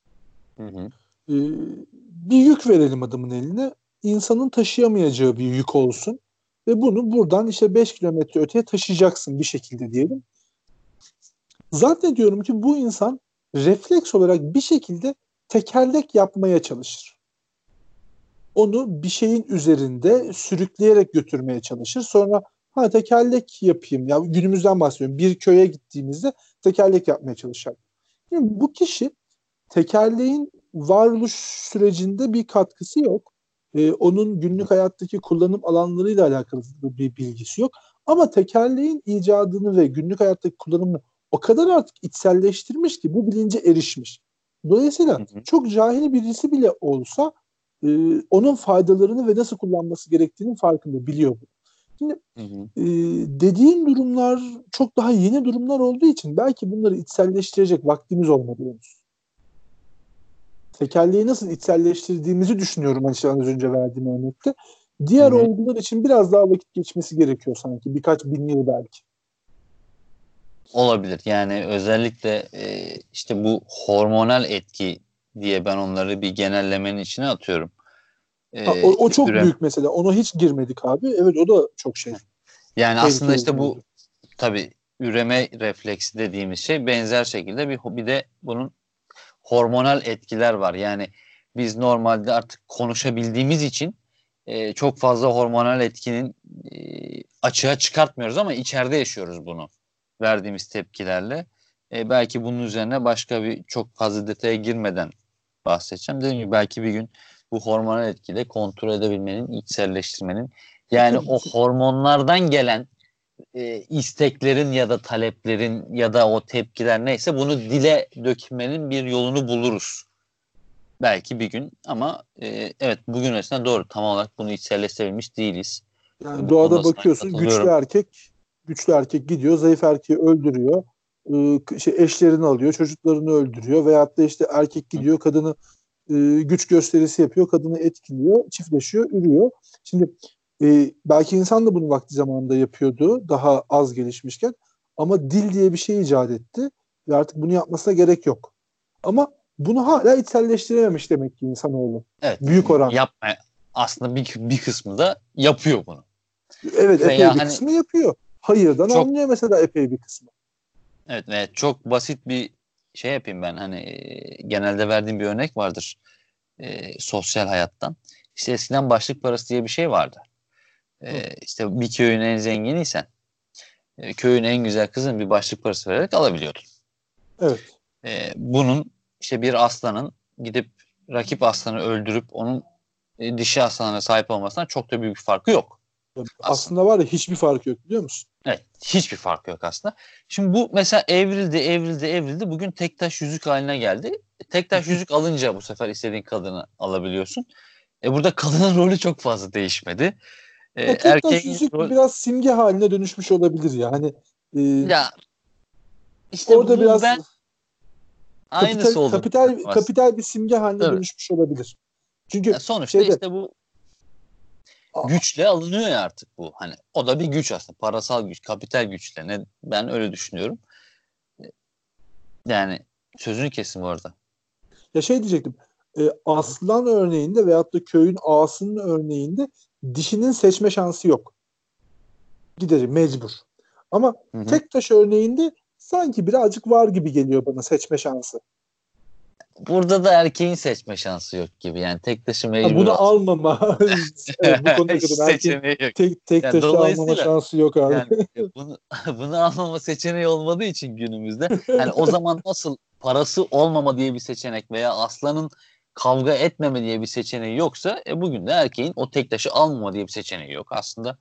Bir yük verelim adamın eline. İnsanın taşıyamayacağı bir yük olsun. Ve bunu buradan işte 5 kilometre öteye taşıyacaksın bir şekilde diyelim. Zannediyorum ki bu insan refleks olarak bir şekilde tekerlek yapmaya çalışır. Onu bir şeyin üzerinde sürükleyerek götürmeye çalışır. Sonra tekerlek yapayım. Ya günümüzden bahsediyorum. Bir köye gittiğimizde tekerlek yapmaya çalışır. Yani bu kişi tekerleğin varoluş sürecinde bir katkısı yok. Onun günlük hayattaki kullanım alanlarıyla alakalı bir bilgisi yok. Ama tekerleğin icadını ve günlük hayattaki kullanımını o kadar artık içselleştirmiş ki bu bilince erişmiş. Dolayısıyla çok cahil birisi bile olsa onun faydalarını ve nasıl kullanması gerektiğinin farkında, biliyor bu. Şimdi dediğin durumlar çok daha yeni durumlar olduğu için belki bunları içselleştirecek vaktimiz olmadı henüz. Tekerleği nasıl içselleştirdiğimizi düşünüyorum az önce verdiğim örnekte. Diğer olgular için biraz daha vakit geçmesi gerekiyor sanki. Birkaç bin yıl belki. Olabilir. Yani özellikle işte bu hormonal etki diye ben onları bir genellemenin içine atıyorum. O çok büyük mesela. Ona hiç girmedik abi. Evet, o da çok şey. Yani aslında işte bu tabii üreme refleksi dediğimiz şey benzer şekilde bir de bunun hormonal etkiler var. Yani biz normalde artık konuşabildiğimiz için çok fazla hormonal etkinin açığa çıkartmıyoruz ama içeride yaşıyoruz bunu verdiğimiz tepkilerle. Belki bunun üzerine başka bir çok fazla detaya girmeden bahsedeceğim. Dediğim gibi belki bir gün bu hormonal etkiyle kontrol edebilmenin, içselleştirmenin, yani Tabii o ki. hormonlardan gelen isteklerin ya da taleplerin ya da o tepkiler neyse bunu dile dökmenin bir yolunu buluruz. Belki bir gün ama evet, bugün öncesinden doğru, tam olarak bunu içselleştirebilmiş değiliz. Yani Bu konuda doğada sana bakıyorsun, güçlü katılıyorum. erkek gidiyor, zayıf erkeği öldürüyor. Eşlerini alıyor, çocuklarını öldürüyor, veyahut da işte erkek Hı. gidiyor, kadını güç gösterisi yapıyor, kadını etkiliyor, çiftleşiyor, ürüyor. Şimdi belki insan da bunu vakti zamanında yapıyordu, daha az gelişmişken, ama dil diye bir şey icat etti ve artık bunu yapmasına gerek yok. Ama bunu hala içselleştirememiş demek ki insanoğlu. Evet, Büyük oranda. yapma, aslında bir kısmı da yapıyor bunu. Evet, epey Veya bir hani kısmı yapıyor. Hayırdan çok, anlıyor mesela epey bir kısmı. evet, ve çok basit bir şey yapayım ben, hani genelde verdiğim bir örnek vardır sosyal hayattan. İşte eskiden başlık parası diye bir şey vardı. Hı, İşte bir köyün en zenginiysen köyün en güzel kızını bir başlık parası vererek alabiliyordun. evet. Bunun işte bir aslanın gidip rakip aslanı öldürüp onun dişi aslana sahip olmasından çok da büyük bir farkı yok aslında. Aslında var ya, hiçbir fark yok, biliyor musun? Evet, hiçbir farkı yok aslında. Şimdi bu mesela evrildi. Bugün tek taş yüzük haline geldi. Tek taş yüzük alınca bu sefer istediğin kadını alabiliyorsun. Burada kadının rolü çok fazla değişmedi. Ya tek taş Erkeğin yüzük rol, biraz simge haline dönüşmüş olabilir ya. Hani e, ya işte orada bu, biraz ben aynısı olur düşünüyorum aslında. kapital bir simge haline Tabii. dönüşmüş olabilir. Ya Çünkü sonuçta şeyde işte bu a- güçle alınıyor ya artık bu. Hani o da bir güç aslında. Parasal güç, kapital güçle. Ben öyle düşünüyorum. Yani sözünü kesin bu arada. ya şey diyecektim. Aslan örneğinde veyahut da köyün ağasının örneğinde dişinin seçme şansı yok. Gidecek mecbur. Ama Hı hı. tek taş örneğinde sanki birazcık var gibi geliyor bana seçme şansı. Burada da erkeğin seçme şansı yok gibi. Yani tek taşı Ha, mecbur bunu alacak. almama. Evet, bu konuda Hiç kadın erkeğin seçeneği yok. tek Yani taşı almama dolayısıyla şansı yok abi. yani bunu bunu almama seçeneği olmadığı için günümüzde, hani o zaman nasıl parası olmama diye bir seçenek veya aslanın kavga etmeme diye bir seçeneği yoksa bugün de erkeğin o tek taşı almama diye bir seçeneği yok. Aslında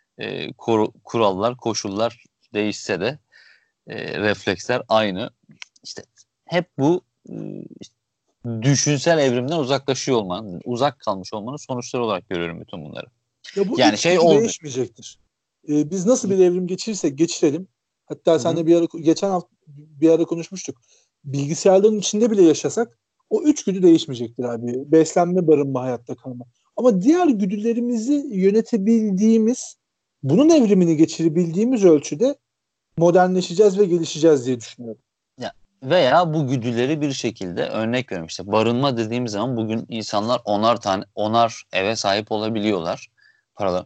kurallar, koşullar değişse de refleksler aynı. İşte hep bu işte düşünsel evrimden uzaklaşıyor olmanın, uzak kalmış olmanın sonuçları olarak görüyorum bütün bunları. Ya bu Yani üç şey gücü olmuyor. değişmeyecektir. Biz nasıl bir evrim geçirirsek geçirelim. Hatta Hı hı. seninle geçen hafta bir ara konuşmuştuk. Bilgisayarların içinde bile yaşasak o üç güdü değişmeyecektir abi. Beslenme, barınma, hayatta kalma. Ama diğer güdülerimizi yönetebildiğimiz, bunun evrimini geçirebildiğimiz ölçüde modernleşeceğiz ve gelişeceğiz diye düşünüyorum. Ya, veya bu güdüleri bir şekilde, örnek veriyorum, işte barınma dediğim zaman bugün insanlar onar eve sahip olabiliyorlar. Paralar.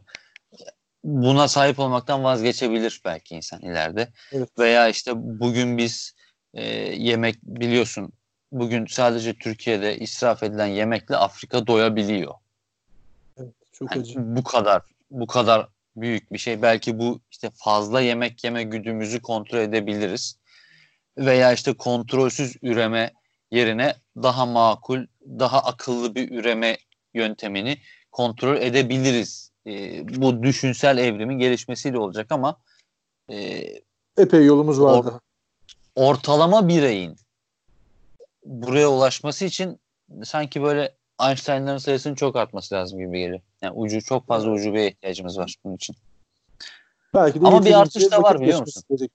Buna sahip olmaktan vazgeçebilir belki insan ileride. Evet. Veya işte bugün biz yemek, biliyorsun, bugün sadece Türkiye'de israf edilen yemekle Afrika doyabiliyor. Evet. Çok Hani acı. bu kadar büyük bir şey. Belki bu işte fazla yemek yeme güdümüzü kontrol edebiliriz. Veya işte kontrolsüz üreme yerine daha makul, daha akıllı bir üreme yöntemini kontrol edebiliriz. Bu düşünsel evrimin gelişmesiyle olacak ama e, Epey yolumuz or- vardı. ortalama bireyin buraya ulaşması için sanki böyle Einstein'ların sayısının çok artması lazım gibi geliyor. Yani çok fazla Ya, ucubeye ihtiyacımız var bunun için. belki de Ama bir artış yeterince da var, vakit biliyor musun? geçmesi gerek.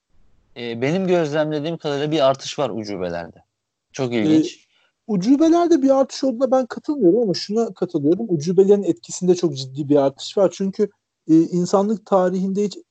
Benim gözlemlediğim kadarıyla bir artış var ucubelerde. Çok Ee, ilginç. Ucubelerde bir artış olduğuna ben katılmıyorum ama şuna katılıyorum. Ucubelerin etkisinde çok ciddi bir artış var. Çünkü insanlık tarihinde hiç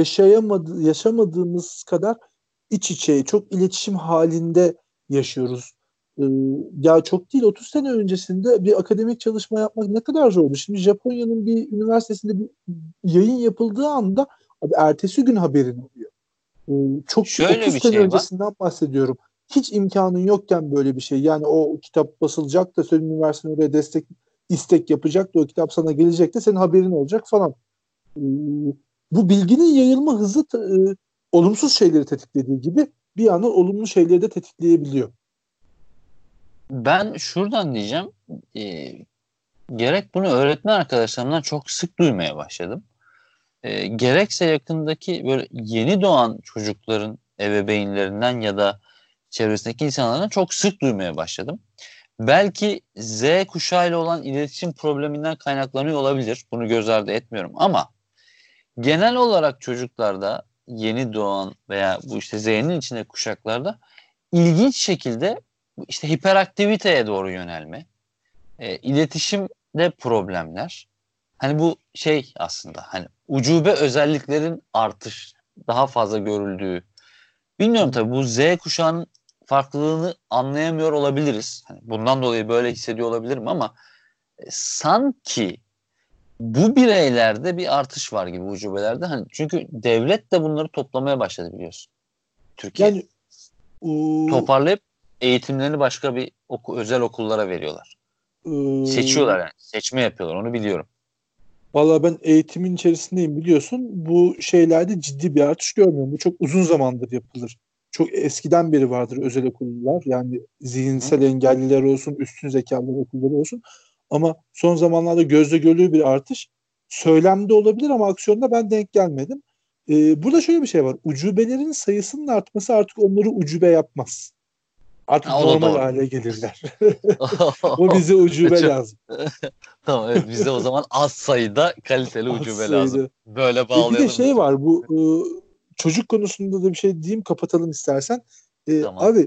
yaşamadığımız kadar iç içe, çok iletişim halinde yaşıyoruz. E, Ya çok değil, 30 sene öncesinde bir akademik çalışma yapmak ne kadar zordu. Şimdi Japonya'nın bir üniversitesinde bir yayın yapıldığı anda abi, ertesi gün haberin oluyor. Çok Şöyle 30 bir sene şey var. öncesinden bahsediyorum. hiç imkanın yokken böyle bir şey, yani o kitap basılacak da senin üniversiten oraya istek yapacak da o kitap sana gelecek de senin haberin olacak falan. Ee, Bu bilginin yayılma hızı olumsuz şeyleri tetiklediği gibi bir yandan olumlu şeyleri de tetikleyebiliyor. Ben şuradan diyeceğim. e, Gerek bunu öğretmen arkadaşlarımdan çok sık duymaya başladım. Gerekse yakındaki böyle yeni doğan çocukların ebeveynlerinden ya da çevresindeki insanlardan çok sık duymaya başladım. Belki Z kuşağıyla olan iletişim probleminden kaynaklanıyor olabilir. Bunu göz ardı etmiyorum ama genel olarak çocuklarda yeni doğan veya bu işte Z'nin içinde kuşaklarda ilginç şekilde işte hiperaktiviteye doğru yönelme, iletişimde problemler. Hani bu şey aslında hani ucube özelliklerin daha fazla görüldüğü. Bilmiyorum tabii bu Z kuşağının farklılığını anlayamıyor olabiliriz. Hani bundan dolayı böyle hissediyor olabilirim ama sanki bu bireylerde bir artış var gibi ucubelerde. Hani çünkü devlet de bunları toplamaya başladı biliyorsun. Türkiye. Yani o, Toparlayıp eğitimlerini başka bir özel okullara veriyorlar. Seçiyorlar yani. Seçme yapıyorlar. Onu biliyorum. valla ben eğitimin içerisindeyim biliyorsun. Bu şeylerde ciddi bir artış görmüyorum. Bu çok uzun zamandır yapılır. Çok eskiden beri vardır özel okullar. Yani Hı hı. zihinsel engelliler olsun, üstün zekalı okulları olsun. Ama son zamanlarda gözle görülür bir artış. Söylemde olabilir ama aksiyonda ben denk gelmedim. Burada şöyle bir şey var. Ucubelerin sayısının artması artık onları ucube yapmaz. Artık Ha, o da normal doğru. hale gelirler. O bize ucube Çok- lazım. Tamam evet bize o zaman az sayıda kaliteli ucube lazım. Aslıydı. Böyle Bir de bağlayalım şey lütfen. var bu çocuk konusunda da bir şey diyeyim kapatalım istersen. Tamam. Abi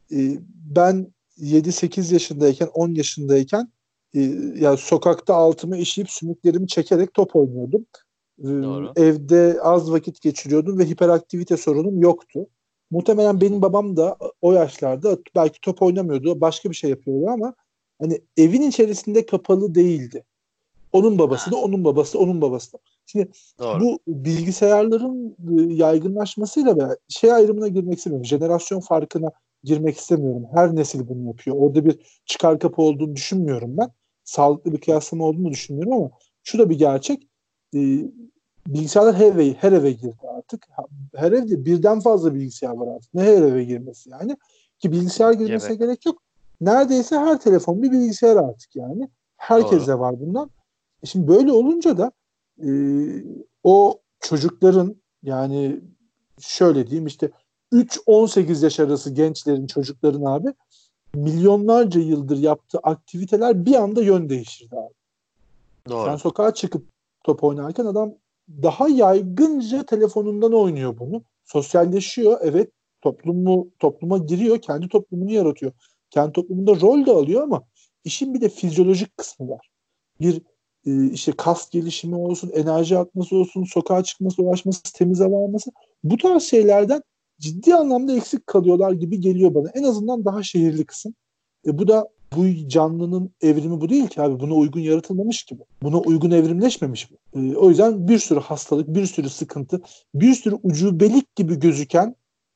ben 7-8 yaşındayken 10 yaşındayken e, ya sokakta altıma işeyip sümüklerimi çekerek top oynuyordum. Doğru. Evde az vakit geçiriyordum ve hiperaktivite sorunum yoktu. Muhtemelen Hı hı. benim babam da o yaşlarda belki top oynamıyordu, başka bir şey yapıyordu ama hani evin içerisinde kapalı değildi. Onun babası Ha, da onun babası da onun babası da. Şimdi doğru. bu bilgisayarların yaygınlaşmasıyla ve şey ayrımına girmek istemiyorum. Jenerasyon farkına girmek istemiyorum. Her nesil bunu yapıyor. Orada bir çıkar kapı olduğunu düşünmüyorum ben. Sağlıklı bir kıyaslama olduğunu düşünmüyorum ama şu da bir gerçek. E, Bilgisayarlar her eve girdi artık. Her evde birden fazla bilgisayar var artık. Ne her eve girmesi yani? Ki bilgisayar girmesine Gebe. gerek yok. Neredeyse her telefon bir bilgisayar artık yani. Doğru. Herkeste var bundan. Şimdi böyle olunca da e, o çocukların yani şöyle diyeyim işte 3-18 yaş arası gençlerin çocukların abi milyonlarca yıldır yaptığı aktiviteler bir anda yön değiştirdi abi. Sen Doğru. sokağa çıkıp top oynarken adam daha yaygınca telefonundan oynuyor bunu. Sosyalleşiyor. Evet topluma giriyor. Kendi toplumunu yaratıyor. Kendi toplumunda rol de alıyor ama işin bir de fizyolojik kısmı var. Bir işte kas gelişimi olsun, enerji atması olsun, sokağa çıkması, dolaşması, temiz hava alması. Bu tarz şeylerden ciddi anlamda eksik kalıyorlar gibi geliyor bana. En azından daha şehirli kısım. Bu da bu canlının evrimi bu değil ki abi. Buna uygun yaratılmamış ki bu. Buna uygun evrimleşmemiş bu. O yüzden bir sürü hastalık, bir sürü sıkıntı, bir sürü ucubelik gibi gözüken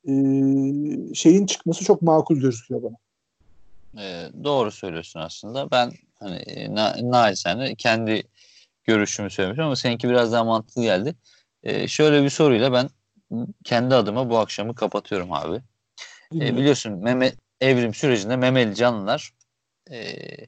şeyin çıkması çok makul gözüküyor bana. Doğru söylüyorsun aslında. Ben hani naçizane kendi görüşümü söylemişim ama seninki biraz daha mantıklı geldi. Şöyle bir soruyla ben kendi adıma bu akşamı kapatıyorum abi. Dinliyorum. Biliyorsun evrim sürecinde memeli canlılar e,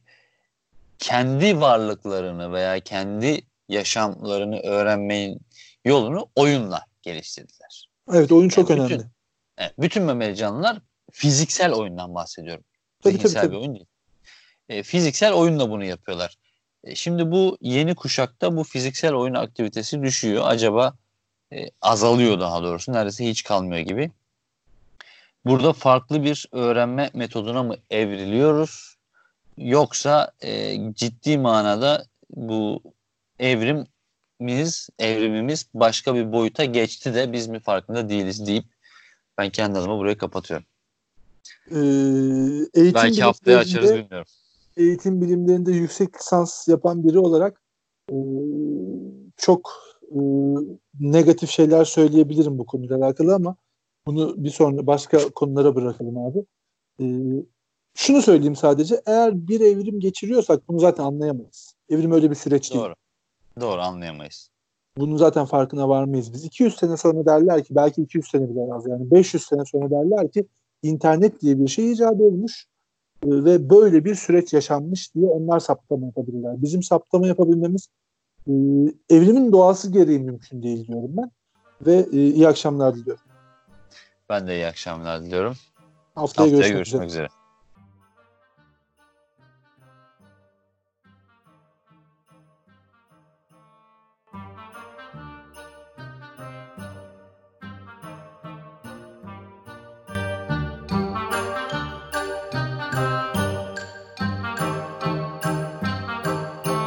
kendi varlıklarını veya kendi yaşamlarını öğrenmenin yolunu oyunla geliştirdiler. Evet oyun çok Yani önemli. bütün memeli canlılar fiziksel oyundan bahsediyorum. Tabii tabii Zihinsel tabii. bir oyun değil. Fiziksel oyunla bunu yapıyorlar. Şimdi bu yeni kuşakta bu fiziksel oyun aktivitesi düşüyor. Acaba azalıyor daha doğrusu. Neredeyse hiç kalmıyor gibi. Burada farklı bir öğrenme metoduna mı evriliyoruz? Yoksa ciddi manada bu evrimimiz başka bir boyuta geçti de biz mi farkında değiliz deyip ben kendi adıma burayı kapatıyorum. Ee, eğitim Belki haftaya açarız bilimlerinde bilmiyorum. eğitim bilimlerinde yüksek lisans yapan biri olarak e, çok negatif şeyler söyleyebilirim bu konuyla alakalı ama bunu bir sonra başka konulara bırakalım abi. E, Şunu söyleyeyim sadece. Eğer bir evrim geçiriyorsak bunu zaten anlayamayız. Evrim öyle bir süreç değil. Doğru. Doğru, anlayamayız. Bunun zaten farkına varmayız biz. 200 sene sonra derler ki, belki 200 sene bile az yani 500 sene sonra derler ki internet diye bir şey icat olmuş ve böyle bir süreç yaşanmış diye onlar saptama yapabilirler. Bizim saptama yapabilmemiz e, evrimin doğası gereği mümkün değil diyorum ben. Ve iyi akşamlar diliyorum. Ben de iyi akşamlar diliyorum. Haftaya Haftaya görüşmek üzere. görüşmek üzere.